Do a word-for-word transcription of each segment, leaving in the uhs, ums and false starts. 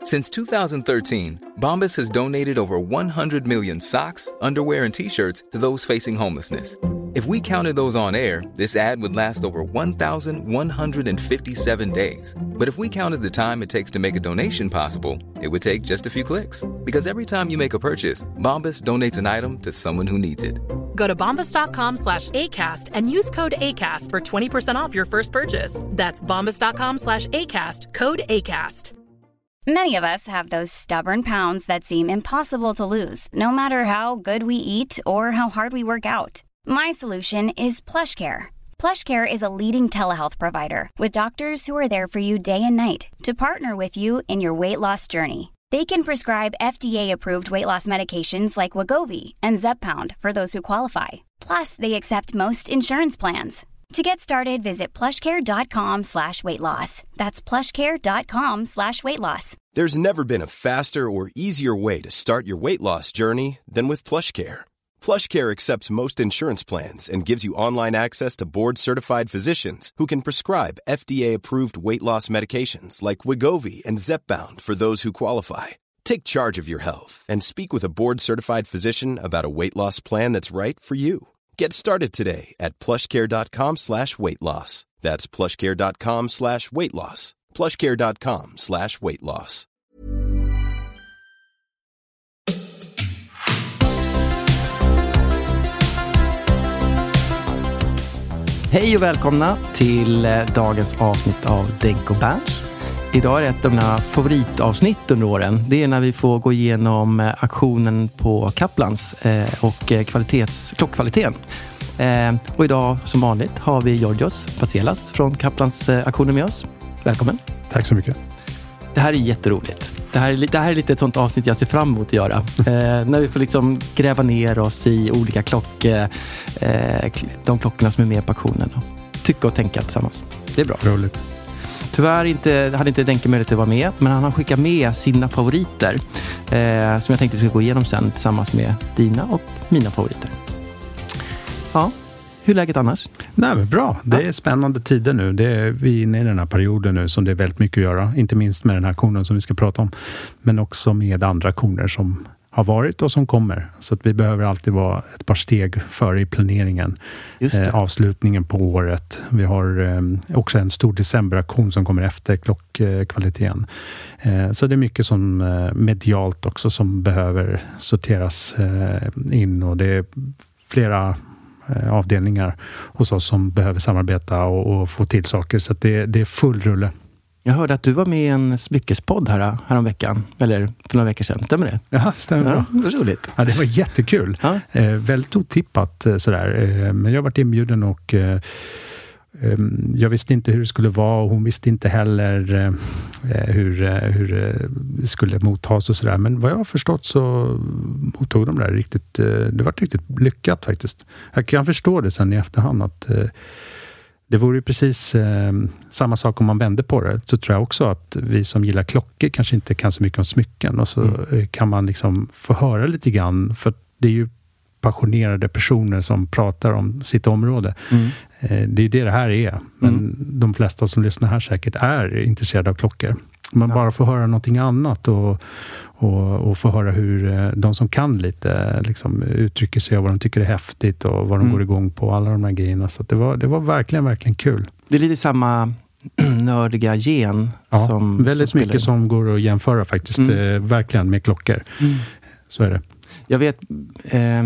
Since two thousand thirteen, Bombas has donated over one hundred million socks, underwear, and T-shirts to those facing homelessness. If we counted those on air, this ad would last over one thousand one hundred fifty-seven days. But if we counted the time it takes to make a donation possible, it would take just a few clicks. Because every time you make a purchase, Bombas donates an item to someone who needs it. Go to bombas.com slash ACAST and use code ACAST for twenty percent off your first purchase. That's bombas.com slash ACAST, code ACAST. Many of us have those stubborn pounds that seem impossible to lose, no matter how good we eat or how hard we work out. My solution is PlushCare. PlushCare is a leading telehealth provider with doctors who are there for you day and night to partner with you in your weight loss journey. They can prescribe F D A-approved weight loss medications like Wegovy and Zepbound for those who qualify. Plus, they accept most insurance plans. To get started, visit plushcare.com slash weight loss. That's plushcare.com slash weight loss. There's never been a faster or easier way to start your weight loss journey than with PlushCare. PlushCare accepts most insurance plans and gives you online access to board-certified physicians who can prescribe F D A-approved weight loss medications like Wegovy and Zepbound for those who qualify. Take charge of your health and speak with a board-certified physician about a weight loss plan that's right for you. Get started today at plushcare.com slash weight loss. That's plushcare.com slash weight loss. plushcare.com slash weight loss. Hej och välkomna till dagens avsnitt av Denk och Berns. Idag är det ett av mina favoritavsnitt under åren. Det är när vi får gå igenom aktionen på Kaplans och kvalitets, klockkvaliteten. Och idag som vanligt har vi Georgios Patselas från Kaplans aktionen med oss. Välkommen. Tack så mycket. Det här är jätteroligt. Det här är, det här är lite ett sånt avsnitt jag ser fram emot att göra. Eh, när vi får liksom gräva ner oss i olika klockor, eh, de klockorna som är med på aktionen. Och tycka och tänka tillsammans. Det är bra. Roligt. Tyvärr inte, hade inte Denke möjlighet att vara med, men han har skickat med sina favoriter eh, som jag tänkte vi ska gå igenom sen tillsammans med dina och mina favoriter. Ja, hur är läget annars? Nej, men bra. Det är spännande tider nu. Det är, vi är inne i den här perioden nu som det är väldigt mycket att göra. Inte minst med den här aktionen som vi ska prata om. Men också med andra aktioner som har varit och som kommer. Så att vi behöver alltid vara ett par steg före i planeringen. Just det. Eh, avslutningen på året. Vi har eh, också en stor decemberaktion som kommer efter klockkvaliteten. Eh, så det är mycket som eh, medialt också som behöver sorteras eh, in. Och det är flera avdelningar hos oss som behöver samarbeta och, och få till saker. Så att det, det är full rulle. Jag hörde att du var med i en smyckespodd här, här om veckan. Eller för några veckor sedan. Stämmer det? Ja, stämmer ja, bra. Det var roligt. Ja, det var jättekul. Ja. Eh, väldigt otippat sådär. Eh, men jag har varit inbjuden och eh, eh, jag visste inte hur det skulle vara och hon visste inte heller eh, hur, eh, hur det skulle mottas och sådär. Men vad jag har förstått så mottog de där riktigt, eh, det var riktigt lyckat faktiskt. Jag kan förstå det sen i efterhand att eh, det vore ju precis eh, samma sak om man vände på det. Så tror jag också att vi som gillar klockor kanske inte kan så mycket om smycken. Och så mm. kan man liksom få höra lite grann. För det är ju passionerade personer som pratar om sitt område. Mm. Eh, det är det det här är. Men mm. de flesta som lyssnar här säkert är intresserade av klockor. Man ja. bara får höra någonting annat och, och, och få höra hur de som kan lite liksom, uttrycker sig och vad de tycker är häftigt och vad de mm. går igång på, alla de här grejerna. Så att det, var, det var verkligen, verkligen kul. Det är lite samma nördiga gen. Ja, som, väldigt som mycket som går att jämföra faktiskt, mm. eh, verkligen med klockor. Mm. Så är det. Jag vet, eh,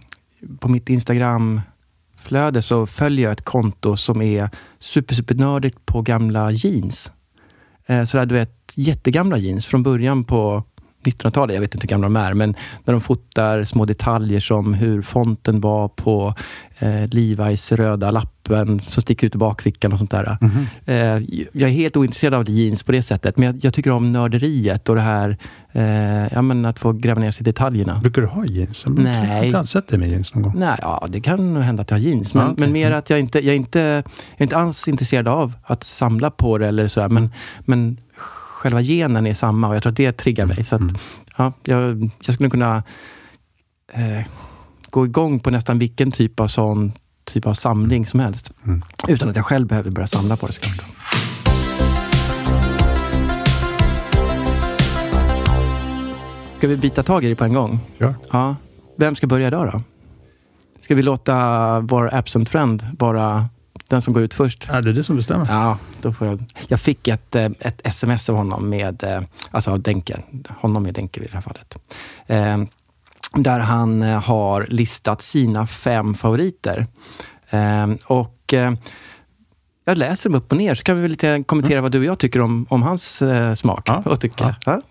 på mitt Instagram-flöde så följer jag ett konto som är super, super nördigt på gamla jeans. Så där, du vet, jättegamla jeans från början på nittonhundratalet, jag vet inte hur gamla de är, men när de fotar små detaljer som hur fonten var på eh, Levi's röda lappen som sticker ut i bakfickan och sånt där. Mm-hmm. Eh, jag är helt ointresserad av jeans på det sättet, men jag, jag tycker om nörderiet och det här eh, ja, men att få gräva ner sig i detaljerna. Brukar du ha jeans? Jag Nej. Jag har inte sett det med jeans någon gång. Nej, ja, det kan nog hända att jag har jeans, men, ah, okay. men mer att jag inte, jag är inte jag är inte alls intresserad av att samla på det eller sådär, men, men själva genen är samma och jag tror att det triggar mig. Så att, mm. ja, jag, jag skulle kunna eh, gå igång på nästan vilken typ av sån typ av samling som helst. Mm. Utan att jag själv behöver börja samla på det såklart. Ska vi bita tag i det på en gång? Ja. Ja. Vem ska börja idag då? Ska vi låta vår absent friend vara den som går ut först? Ja, det är det som bestämmer. Ja, då får jag. Jag fick ett, ett sms av honom med, alltså av Denke. Honom med Denke i det här fallet. Eh, där han har listat sina fem favoriter. Eh, och eh, jag läser dem upp och ner, så kan vi väl lite kommentera mm. vad du och jag tycker om, om hans eh, smak. Ja. Och tycker. Ja. Ja.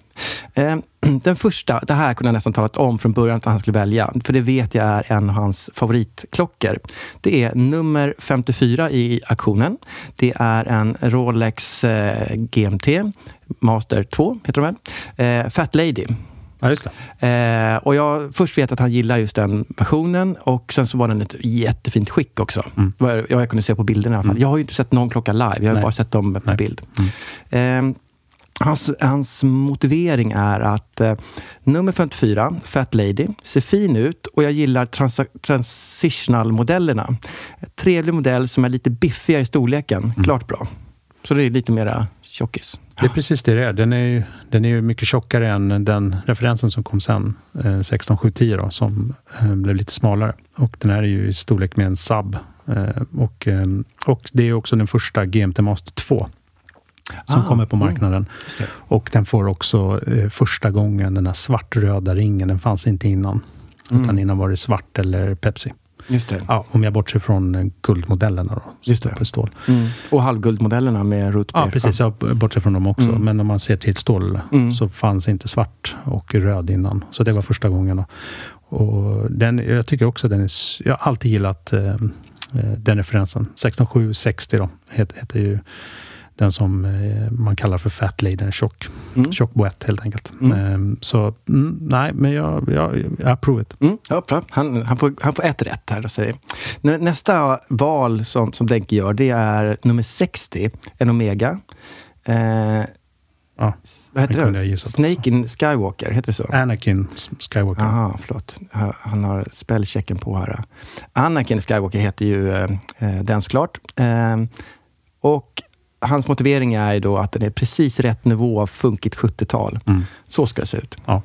Den första, det här kunde jag nästan talat om från början att han skulle välja, för det vet jag är en av hans favoritklockor. Det är nummer femtiofyra i auktionen. Det är en Rolex eh, G M T Master två, heter de väl? Eh, Fat Lady. Ja, just det. Eh, och jag först vet att han gillar just den versionen, och sen så var den ett jättefint skick också. Mm. Jag, jag kunde se på bilderna i alla fall. Mm. Jag har ju inte sett någon klocka live, jag har Nej. bara sett dem på Nej. bild. Mm. Eh, Hans, hans motivering är att eh, nummer femtiofyra, Fat Lady, ser fin ut och jag gillar trans- transitional-modellerna. Trevlig modell som är lite biffigare i storleken. Mm. Klart bra. Så det är lite mera tjockis. Det är precis det det är. Den är ju, den är ju mycket tjockare än den referensen som kom sen, eh, sexton sju tio då, som eh, blev lite smalare. Och den här är ju i storlek med en sub. Eh, och, eh, och det är också den första G M T Master två. Som ah, kommer på marknaden. Mm, och den får också eh, första gången den här svartröda ringen. Den fanns inte innan. Mm. Utan innan var det svart eller Pepsi. Just det. Ja, om jag bortser från eh, guldmodellerna då. Just det. På stål. Mm. Och halvguldmodellerna med root beer. Ja, precis. Jag bortser från dem också. Mm. Men om man ser till stål mm. så fanns inte svart och röd innan. Så det var första gången då. Och den, jag tycker också den är... Jag har alltid gillat eh, den referensen. sexton sju sextio då. Heter, heter ju... Den som eh, man kallar för Fat Lady, en tjock, mm. tjock boett helt enkelt. Mm. Eh, så mm, nej, men jag, jag, jag har provat. Mm. Ja, bra. Han, han, får, han får ett rätt här. Då säger. Nästa val som, som Denke gör, det är nummer sextio, en Omega. Eh, ja, vad heter det? Snake in Skywalker, heter det så? Anakin Skywalker. Aha, förlåt. Han har spellchecken på här. Anakin Skywalker heter ju eh, den såklart. Eh, och hans motivering är ju då att den är precis rätt nivå av funkigt sjuttiotal. Mm. Så ska det se ut. Ja.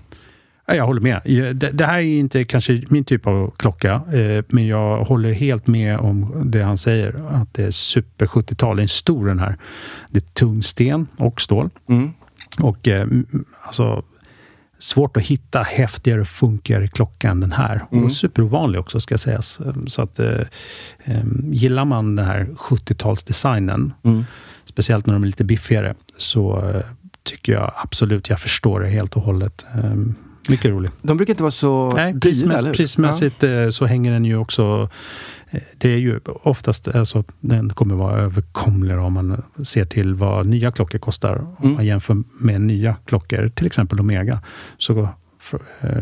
Jag håller med. Det, det här är inte kanske min typ av klocka, eh, men jag håller helt med om det han säger. Att det är super sjuttiotal. Det är en stor den här. Det är tung sten och stål. Mm. Och eh, alltså svårt att hitta häftigare, funkigare klocka än den här. Mm. Och superovanlig också ska sägas. Så att eh, gillar man den här sjuttiotalsdesignen, mm. speciellt när de är lite biffigare, så eh, tycker jag absolut, jag förstår det helt och hållet. Eh, mycket roligt. De brukar inte vara så Nej, prismässigt, prismässigt ja. så hänger den ju också... Det är ju oftast, alltså, den kommer vara överkomlig om man ser till vad nya klockor kostar. Mm. Om man jämför med nya klockor, till exempel Omega, så för,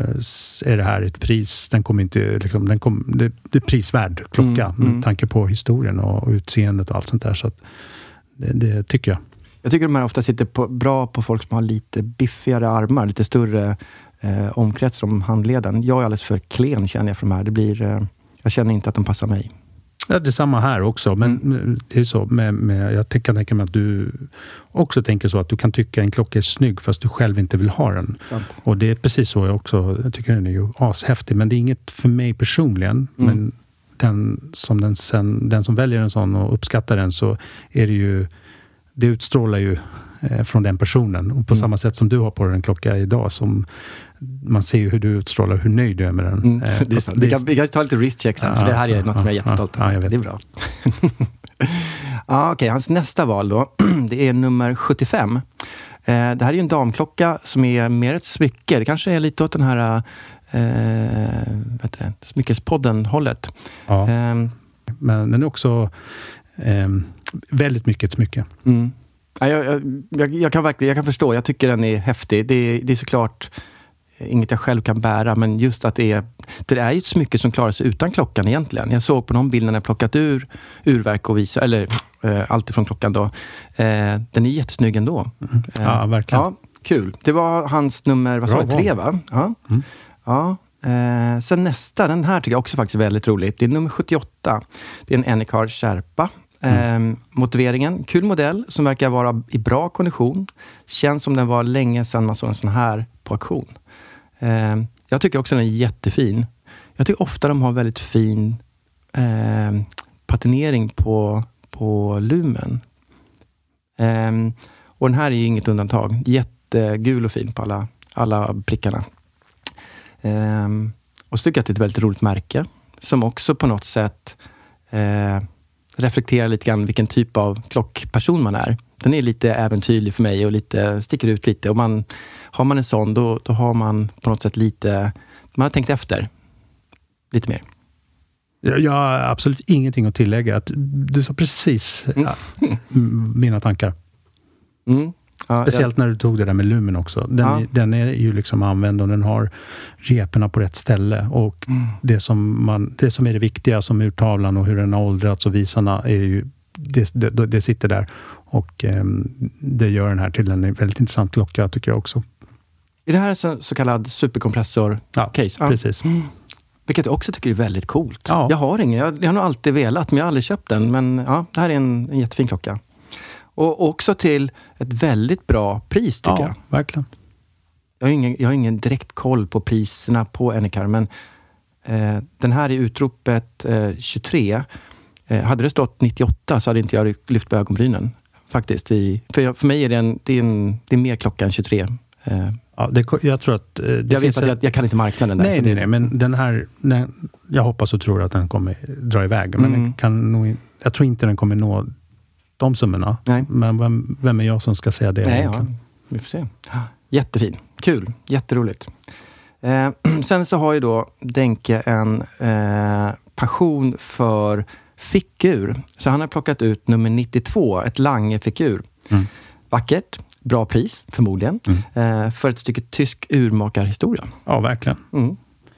är det här ett pris. Den kommer inte, liksom, den kom, det, det är prisvärd klocka mm. med mm. tanke på historien och utseendet och allt sånt där. Så att det, det tycker jag. Jag tycker de här ofta sitter på, bra på folk som har lite biffigare armar, lite större eh, omkrets om handleden. Jag är alldeles för klen, känner jag, för de här. Det blir... Eh, Jag känner inte att de passar mig. Ja, det är samma här också. Men mm. det är så. Med, med, jag kan tänka mig att du också tänker så. Att du kan tycka en klocka är snygg fast du själv inte vill ha den. Sant. Och det är precis så jag också. Jag tycker den är ju ashäftig. Men det är inget för mig personligen. Mm. Men den som, den, sen, den som väljer en sån och uppskattar den, så är det ju... Det utstrålar ju eh, från den personen. Och på mm. samma sätt som du har på den klocka idag, som man ser ju hur du utstrålar, hur nöjd du är med den. Mm. Eh, det är, vi, kan, vi kan ta lite wristchecks här, för ja, det här är något ja, som jag är jättestolt över. Ja, jag vet. Det är bra. ah, Okej, okay. Hans nästa val då, det är nummer sjuttiofem. Eh, det här är ju en damklocka som är mer ett smycke. Det kanske är lite åt den här eh, vad heter det? Smyckespodden-hållet. Ja. Eh, Men den är också... Eh, väldigt mycket ett smycke. Mm. Ja, jag, jag, jag, kan verkligen, jag kan förstå. Jag tycker den är häftig. Det är, det är såklart inget jag själv kan bära, men just att det är det är ju ett smycke som klarar sig utan klockan egentligen. Jag såg på någon bild när jag plockat ur urverk och visa, eller eh, allt ifrån klockan då. Eh, den är jättesnygg ändå. Mm. Eh, ja, verkligen. Ja, kul. Det var hans nummer, vad sa jag, tre va? Ja. Mm. Ja. Eh, sen nästa, den här tycker jag också faktiskt är väldigt roligt. Det är nummer sjuttioåtta. Det är en Anycar Sherpa. Mm. Eh, motiveringen, kul modell som verkar vara i bra kondition. Känns som den var länge sedan man såg en sån här på auktion. Eh, jag tycker också den är jättefin. Jag tycker ofta de har väldigt fin eh, patinering på, på lumen. Eh, och den här är ju inget undantag. Jättegul och fin på alla, alla prickarna. Eh, och så tycker jag att det är ett väldigt roligt märke. Som också på något sätt eh, reflekterar lite grann vilken typ av klockperson man är. Den är lite äventyrlig för mig och lite sticker ut lite. Och man, har man en sån, då, då har man på något sätt lite... Man har tänkt efter. Lite mer. Jag har absolut ingenting att tillägga. Att du sa precis mm. ja, mina tankar. Mm. Ja, Speciellt jag... när du tog det där med lumen också. Den, ja. den är ju liksom använd och den har reporna på rätt ställe. Och mm. det, som man, det som är det viktiga som urtavlan och hur den har åldrats och visarna är ju, det, det, det sitter där. Och eh, det gör den här till en väldigt intressant klocka tycker jag också. Är det här så, så kallad superkompressor-case? Ja, precis. Mm. Vilket jag också tycker är väldigt coolt. Ja. Jag har ingen, jag, jag har nog alltid velat, men jag har aldrig köpt den. Men ja, det här är en, en jättefin klocka. Och också till ett väldigt bra pris tycker ja, jag. Verkligen. Jag har ingen, jag har ingen direkt koll på priserna på Enicar, men eh, den här i utropet eh, tjugotre. Eh, hade det stått nittioåtta så hade inte jag lyft på ögonbrynen. Faktiskt. I, för, jag, för mig är det, en, det, är en, det är mer klocka än tjugotre. Eh, ja, det, jag tror att... Eh, det jag vet att ett... jag, jag kan inte marknaden där. Nej, nej, nej, men den här... Nej, jag hoppas och tror att den kommer dra iväg. Men mm. den kan nog, jag tror inte den kommer nå de summorna. Nej. Men vem, vem är jag som ska säga det? Nej, ja, vi får se. Jättefin. Kul. Jätteroligt. Eh, sen så har ju då Denke en eh, passion för fickur. Så han har plockat ut nummer nittiotvå, ett Lange-fickur. Mm. Vackert. Bra pris, förmodligen. Mm. Eh, för ett stycke tysk urmakarhistoria. Ja, verkligen. Mm.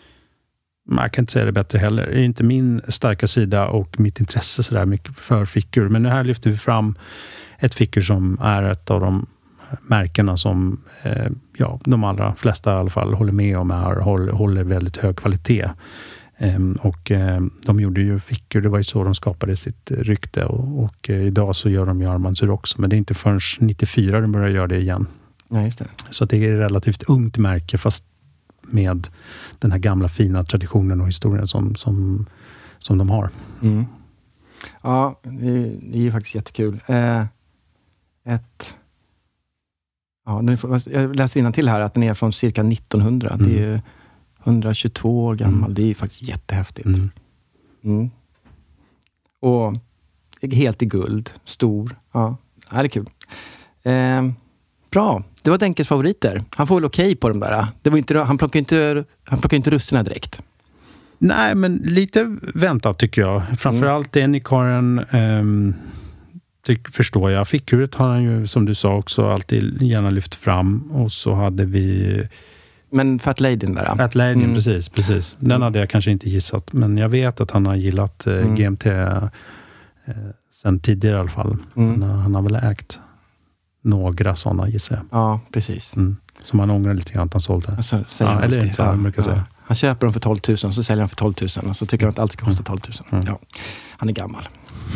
Man kan inte säga det bättre heller. Det är inte min starka sida och mitt intresse så där mycket för fickor. Men här lyfter vi fram ett fickor som är ett av de märkena som eh, ja, de allra flesta i alla fall håller med om är, håller, håller väldigt hög kvalitet. Ehm, och eh, de gjorde ju fickor, det var ju så de skapade sitt rykte. Och, och eh, idag så gör de ju armbandsur också. Men det är inte förrän nittiofyra de börjar göra det igen. Ja, just det. Så det är ett relativt ungt märke fast med den här gamla fina traditionen och historien som, som, som de har. Mm. Ja, det är, det är ju faktiskt jättekul. Eh, ett... Ja, den får, jag läser innantill här att den är från cirka nittonhundra. Mm. Det är ju etthundratjugotvå år gammal. Mm. Det är ju faktiskt jättehäftigt. Mm. Mm. Och helt i guld. Stor. Ja, det är kul. Eh, bra. Det var Denkes favoriter. Han får väl okej okay på dem där. Det var inte, han plockar inte, han plockar inte russerna direkt. Nej, men lite väntat tycker jag. Framförallt mm. Enikaren um, tyck, förstår jag. Fickhuret har han ju, som du sa också, alltid gärna lyft fram. Och så hade vi... Men Fat Ladyn där. Fat Ladyn, mm. precis, precis. Den hade jag kanske inte gissat. Men jag vet att han har gillat eh, mm. G M T eh, sen tidigare i alla fall. Mm. Han, han har väl ägt några sådana, gissar jag. Ja, precis. Mm. Som han ångrar lite grann att han sålde. Alltså, säger ja, han eller alltid, så, han brukar ja. säga. Han köper dem för tolv tusen, så säljer han för tolv tusen. Och så tycker han att allt ska kosta tolv tusen. Mm. Ja, han är gammal.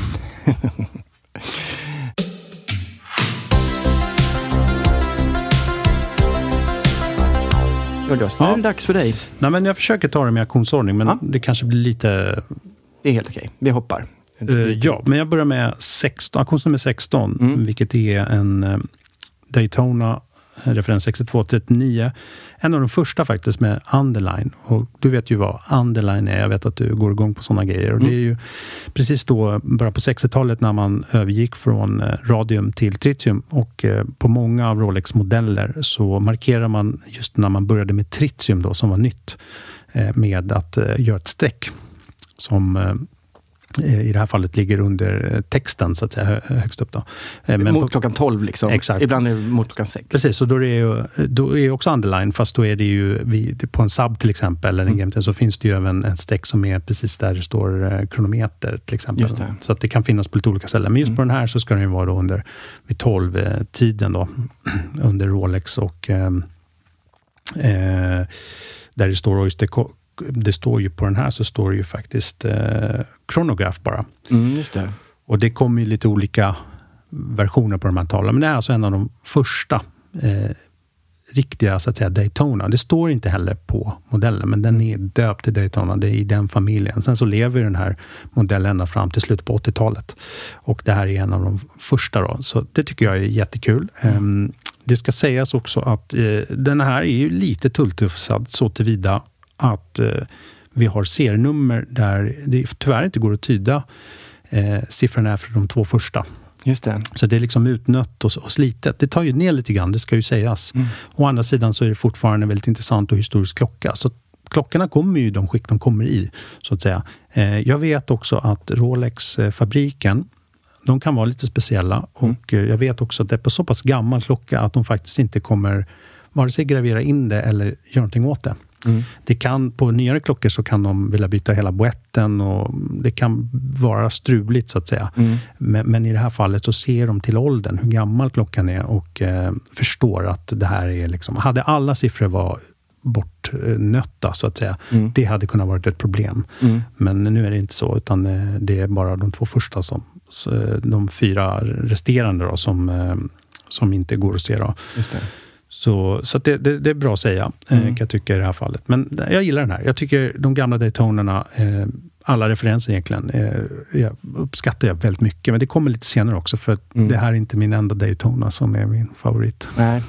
Just, nu är det dags för dig. Nej, men jag försöker ta det med auktionsordning, men ja. det kanske blir lite... Det är helt okej. Vi hoppar. Uh, ja, men jag börjar med sexton, auktionsnummer sexton, mm. vilket är en uh, Daytona referens sextiotvå trettionio. En av de första faktiskt med underline. Och du vet ju vad underline är. Jag vet att du går igång på sådana grejer. Och mm. det är ju precis då, bara på sextiotalet, när man övergick från uh, radium till tritium. Och uh, på många av Rolex-modeller så markerar man just när man började med tritium då, som var nytt, uh, med att uh, göra ett streck som... Uh, i det här fallet ligger under texten så att säga högst upp då. Men mot på, klockan tolv liksom. Exakt. Ibland är det mot klockan sex. Precis, och då är det ju, då är också underline, fast då är det ju vid, på en sub till exempel eller en mm. G M T, så finns det ju även en streck som är precis där det står kronometer till exempel. Just det. Så att det kan finnas på lite olika ställen. Men just mm. på den här så ska den ju vara då under vid tolv tiden då under Rolex och eh, där det står Oyster. Det står ju på den här så står det ju faktiskt eh, kronograf bara. Mm, just det. Och det kommer ju lite olika versioner på de här talen. Men det är alltså en av de första eh, riktiga så att säga Daytona. Det står inte heller på modellen, men den är döpt till Daytona. Det är i den familjen. Sen så lever den här modellen ända fram till slutet på åttiotalet. Och det här är en av de första då. Så det tycker jag är jättekul. Mm. Um, det ska sägas också att uh, den här är ju lite tulltufsad så tillvida att uh, vi har serienummer där det tyvärr inte går att tyda uh, siffrorna är för de två första. Just det. Så det är liksom utnött och, och slitet. Det tar ju ner lite grann, det ska ju sägas. Mm. Å andra sidan så är det fortfarande en väldigt intressant och historisk klocka. Så klockorna kommer ju i de skick de kommer i, så att säga. Eh, jag vet också att Rolex-fabriken, de kan vara lite speciella. Och mm. jag vet också att det är på så pass gammal klocka att de faktiskt inte kommer vare sig gravera in det eller göra någonting åt det. Mm. Det kan, på nyare klockor så kan de vilja byta hela boetten och det kan vara struligt så att säga. Mm. Men, men i det här fallet så ser de till åldern, hur gammal klockan är och eh, förstår att det här är liksom, hade alla siffror var bortnötta så att säga, mm. det hade kunnat vara ett problem. Mm. Men nu är det inte så, utan eh, det är bara de två första som, så, de fyra resterande då, som, eh, som inte går att se då. Just det. Så, så att det, det, det är bra att säga, mm. kan jag tycka i det här fallet. Men jag gillar den här. Jag tycker de gamla Daytonerna, eh, alla referenser egentligen, eh, jag uppskattar jag väldigt mycket. Men det kommer lite senare också, för att mm. det här är inte min enda Daytona som är min favorit. Nej.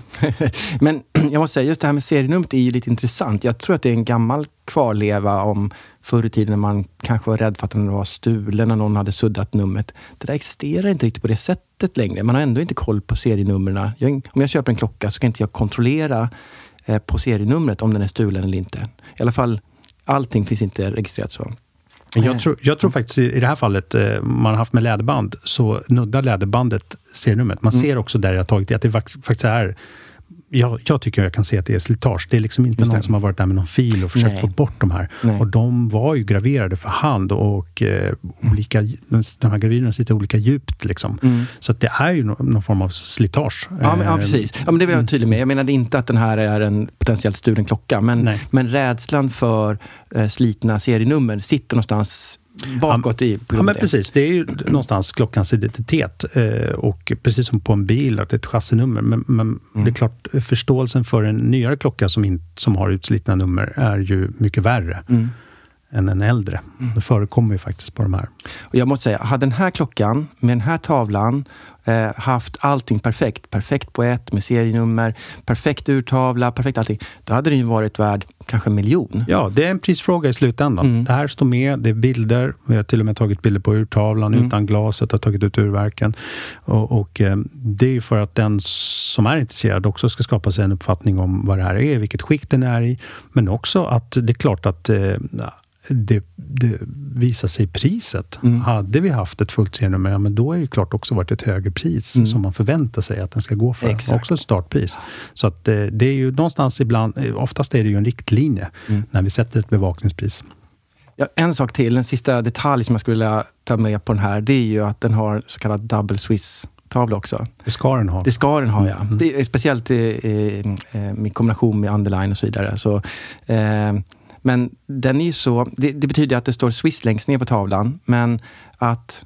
Men jag måste säga, just det här med serienumret är ju lite intressant. Jag tror att det är en gammal kvarleva om förr i tiden när man kanske var rädd för att den var stulen, när någon hade suddat numret. Det där existerar inte riktigt på det sättet längre. Man har ändå inte koll på serienummerna. Jag, om jag köper en klocka så kan inte jag kontrollera eh, på serienumret om den är stulen eller inte. I alla fall, allting finns inte registrerat så. Jag tror, jag tror faktiskt i det här fallet, eh, man har haft med läderband, så nuddar läderbandet serienumret. Man mm. ser också där jag har tagit det, att det faktiskt är, jag, jag tycker jag kan se att det är slitage. Det är liksom inte någon som har varit där med någon fil och försökt Nej. få bort de här. Nej. Och de var ju graverade för hand och eh, olika, de här gravyrerna sitter olika djupt liksom. Mm. Så att det är ju någon, någon form av slitage. Ja, men, ja precis. Ja, men det vill jag vara tydlig med. Jag menar inte att den här är en potentiellt stulen klocka, men, men rädslan för eh, slitna serienummer sitter någonstans bakåt i ja, men precis, det är ju någonstans klockans identitet eh, och precis som på en bil att det är ett chassinummer, men, men mm. det är klart, förståelsen för en nyare klocka som, in, som har utslitna nummer är ju mycket värre mm. än en äldre. Mm. Det förekommer ju faktiskt på de här. Och jag måste säga, hade den här klockan med den här tavlan eh, haft allting perfekt, perfekt på ett med serienummer, perfekt urtavla, perfekt allting, då hade den ju varit värd kanske en miljon. Ja, det är en prisfråga i slutändan. Mm. Det här står med, det är bilder. Vi har till och med tagit bilder på urtavlan mm. utan glaset, har tagit ut urverken. Och, och eh, det är ju för att den som är intresserad också ska skapa sig en uppfattning om vad det här är, vilket skick den är i. Men också att det är klart att eh, det, det visar sig i priset. Mm. Hade vi haft ett fullt serienummer, ja, men då är det klart också varit ett högre pris mm. som man förväntar sig att den ska gå för. Exakt. Också ett startpris. Så att det, det är ju någonstans ibland, oftast är det ju en riktlinje mm. när vi sätter ett bevakningspris. Ja, en sak till, en sista detalj som jag skulle vilja ta med på den här, det är ju att den har så kallad double Swiss tavla också. Det ska den ha. Det ska den ha, ja. Mm. Det är speciellt i, i, i kombination med underline och så vidare. Så eh, men den är ju så, det, det betyder att det står Swiss längst ner på tavlan, men att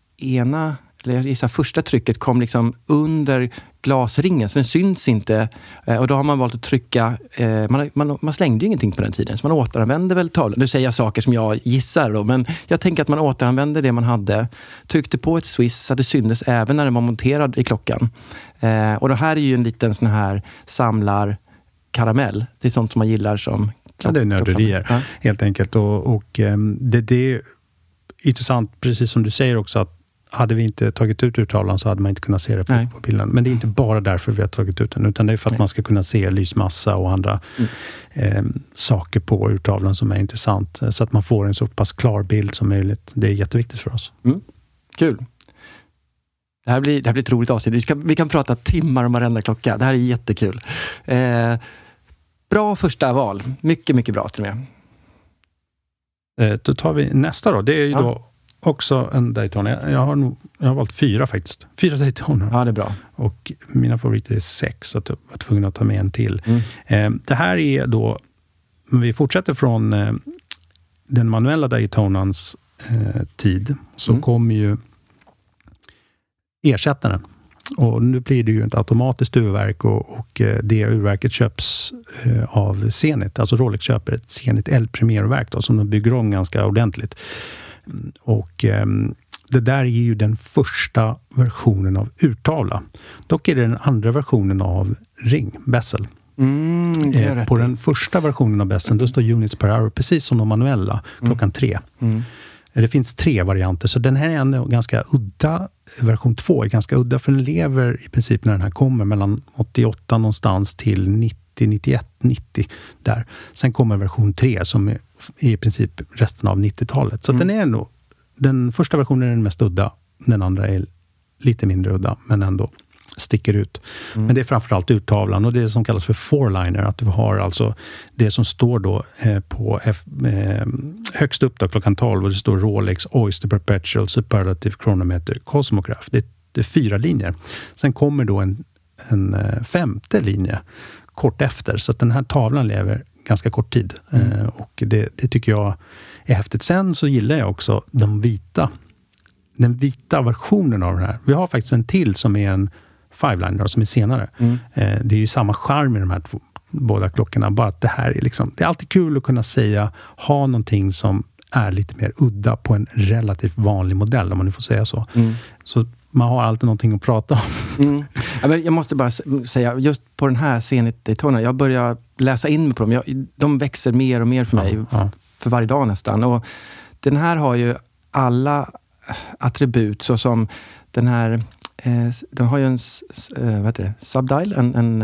ena, eller jag gissar första trycket kom liksom under glasringen, så den syns inte. Och då har man valt att trycka, eh, man, man, man slängde ju ingenting på den tiden, så man återanvände väl tavlan. Nu säger jag saker som jag gissar då, men jag tänker att man återanvände det man hade, tryckte på ett Swiss så att det syndes även när den var monterad i klockan. Eh, och det här är ju en liten sån här samlarkaramell. Det är sånt som man gillar som ja, det är nörderier, ja. Helt enkelt. Och, och det, det är intressant, precis som du säger också, att hade vi inte tagit ut urtavlan så hade man inte kunnat se det på, på bilden. Men det är inte bara därför vi har tagit ut den, utan det är för att Nej. man ska kunna se lysmassa och andra mm. eh, saker på urtavlan som är intressant. Så att man får en så pass klar bild som möjligt. Det är jätteviktigt för oss. Mm. Kul. Det här blir, det här blir ett roligt avsnitt. Vi, ska, vi kan prata timmar om varenda klocka. Det här är jättekul. Eh, bra första val. Mycket, mycket bra till och med. Eh, då tar vi nästa då. Det är ju ja. då också en Daytona. Jag har, nog, jag har valt fyra faktiskt. Fyra Daytona. Ja, det är bra. Och mina favoriter är sex, så att jag var tvungen att ta med en till. Mm. Eh, det här är då, vi fortsätter från eh, den manuella Daytonans eh, tid, så mm. kommer ju ersättaren. och nu blir det ju ett automatiskt urverk och, och det urverket köps eh, av Zenit. Alltså Rolex köper ett Zenit L Premier-verk då, som de bygger om ganska ordentligt. Och eh, det där är ju den första versionen av urtavla. Dock är det den andra versionen av ring, bezel. Mm, eh, på den första versionen av bezeln, då står units per hour, precis som de manuella, klockan mm. tre. Mm. Det finns tre varianter, så den här är en ganska udda. Version två är ganska udda, för den lever i princip när den här kommer mellan åttioåtta någonstans till nittio, nittioett, nittio där. Sen kommer version tre som är i princip resten av nittiotalet. Så mm. den är nog, den första versionen är den mest udda, den andra är lite mindre udda, men ändå sticker ut. Mm. Men det är framförallt urtavlan och det som kallas för four-liner, att du har alltså det som står då eh, på F, eh, högst upp då, klockan tolv, och det står Rolex, Oyster Perpetual, Superlative, Chronometer, Cosmograph. Det, det är fyra linjer. Sen kommer då en, en femte linje kort efter, så att den här tavlan lever ganska kort tid. Mm. Eh, och det, det tycker jag är häftigt. Sen så gillar jag också de vita den vita versionen av den här. Vi har faktiskt en till som är en five-liner som är senare. Mm. Eh, det är ju samma charm i de här två, båda klockorna. Bara att det här är liksom, det är alltid kul att kunna säga, ha någonting som är lite mer udda på en relativt vanlig modell, om man nu får säga så. Mm. Så man har alltid någonting att prata om. Mm. Ja, men jag måste bara säga, just på den här Zenit Daytona, jag börjar läsa in mig på dem. Jag, de växer mer och mer för mig, ja, ja. för varje dag nästan. Och den här har ju alla attribut, så som den här, eh, den har ju en eh, vad heter det, subdial, en, en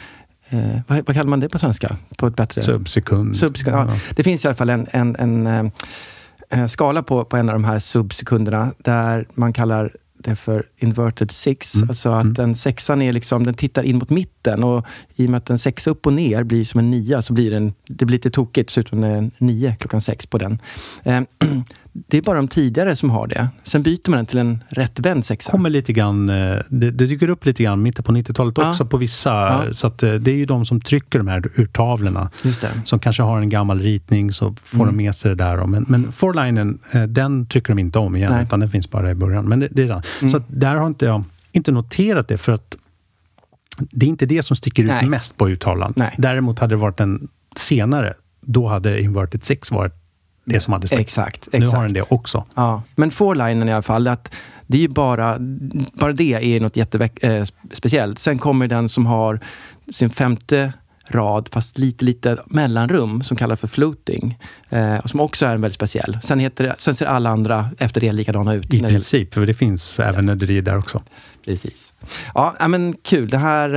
eh, vad, vad kallar man det på svenska? På ett bättre... Subsekund. Subsekund, ja. Det finns i alla fall en, en, en eh, skala på, på en av de här subsekunderna där man kallar det för inverted six. Mm. Alltså att mm. den sexan är liksom, den tittar in mot mitten, och i och med att en sexa upp och ner blir som en nia, så blir den, det blir lite tokigt, så utom en nio klockan sex på den. Eh, det är bara de tidigare som har det. Sen byter man den till en rättvänd sexa. Kommer lite grann, det, det dyker upp lite grann mitten på nittiotalet också, ja. på vissa. Ja. Så att det är ju de som trycker de här urtavlorna. Just det. Som kanske har en gammal ritning, så får mm. de med sig det där. Men, men four-linen, den trycker de inte om igen. Nej. Utan den finns bara i början. Men det, det är det. Mm. Så att där har inte jag inte noterat det, för att det är inte det som sticker ut Nej. mest på urtavlan. Nej. Däremot hade det varit en senare, då hade inverted six varit det som hade ställt. Exakt, exakt. Nu har den det också. Ja. Men four-linen i alla fall, att det är ju bara, bara det är något jättespeciellt. Sen kommer den som har sin femte rad, fast lite, lite mellanrum, som kallas för floating. Eh, och som också är en väldigt speciell. Sen, heter det, sen ser alla andra efter det likadana ut. I princip, för det finns även nörderi där också. Precis. Ja, men kul. Det här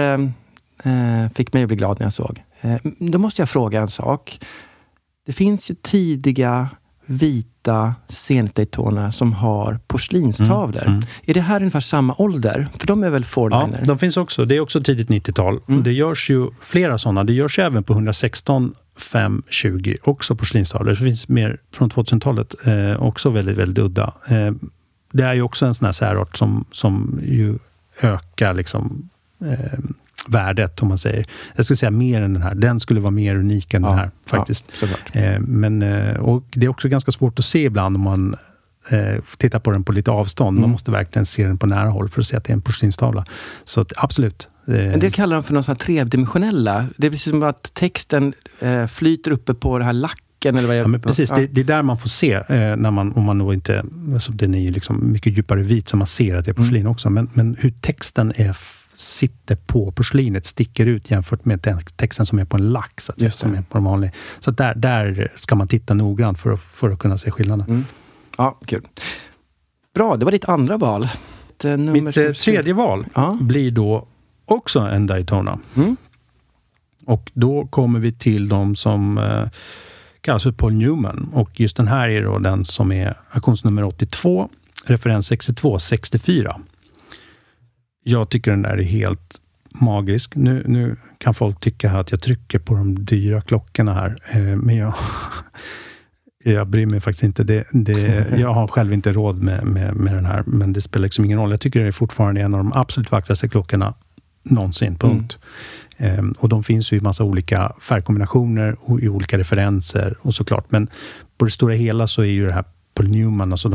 eh, fick mig att bli glad när jag såg. Eh, då måste jag fråga en sak. Det finns ju tidiga vita Zenit Daytona som har porslinstavlor. Mm, mm. Är det här ungefär samma ålder? För de är väl four-liner? Ja, de finns också. Det är också tidigt nittiotal. Mm. Det görs ju flera sådana. Det görs även på hundrasexton fem tjugo också porslinstavlor. Det finns mer från tvåtusentalet. Eh, också väldigt, väldigt udda. Eh, det är ju också en sån här särart som, som ju ökar liksom... Eh, värdet, om man säger. Jag skulle säga mer än den här. Den skulle vara mer unik än ja, den här, faktiskt. Ja, eh, men, eh, och det är också ganska svårt att se ibland om man eh, tittar på den på lite avstånd. Mm. Man måste verkligen se den på nära håll för att se att det är en porslinstavla. Så att, absolut. Eh, en del kallar dem för någon sån här tredimensionella. Det är precis som att texten eh, flyter uppe på det här lacken. Eller vad ja, men precis. Ja. Det, det är där man får se, eh, när man, om man nog inte, alltså den är ju liksom mycket djupare vit, så man ser att det är porslin mm. också. Men, men hur texten är sitter på porslinet sticker ut jämfört med den texten som är på en lack, så att säga, som är på en vanlig. Så där, där ska man titta noggrant för att, för att kunna se skillnaden. Mm. Ja, kul. Bra, det var ditt andra val. Mitt eh, tredje val ja. blir då också en Daytona. Mm. Och då kommer vi till de som eh, kallas för Paul Newman. Och just den här är då den som är auktionsnummer åttiotvå, referens sextiotvå sextiofyra. Jag tycker den där är helt magisk. Nu, nu kan folk tycka att jag trycker på de dyra klockorna här. Eh, men jag, jag bryr mig faktiskt inte. Det, det, jag har själv inte råd med, med, med den här. Men det spelar liksom ingen roll. Jag tycker det är fortfarande en av de absolut vackraste klockorna någonsin. Punkt. Mm. Eh, och de finns ju i massa olika färgkombinationer och i olika referenser och såklart. Men på det stora hela så är ju det här Paul Newman, alltså de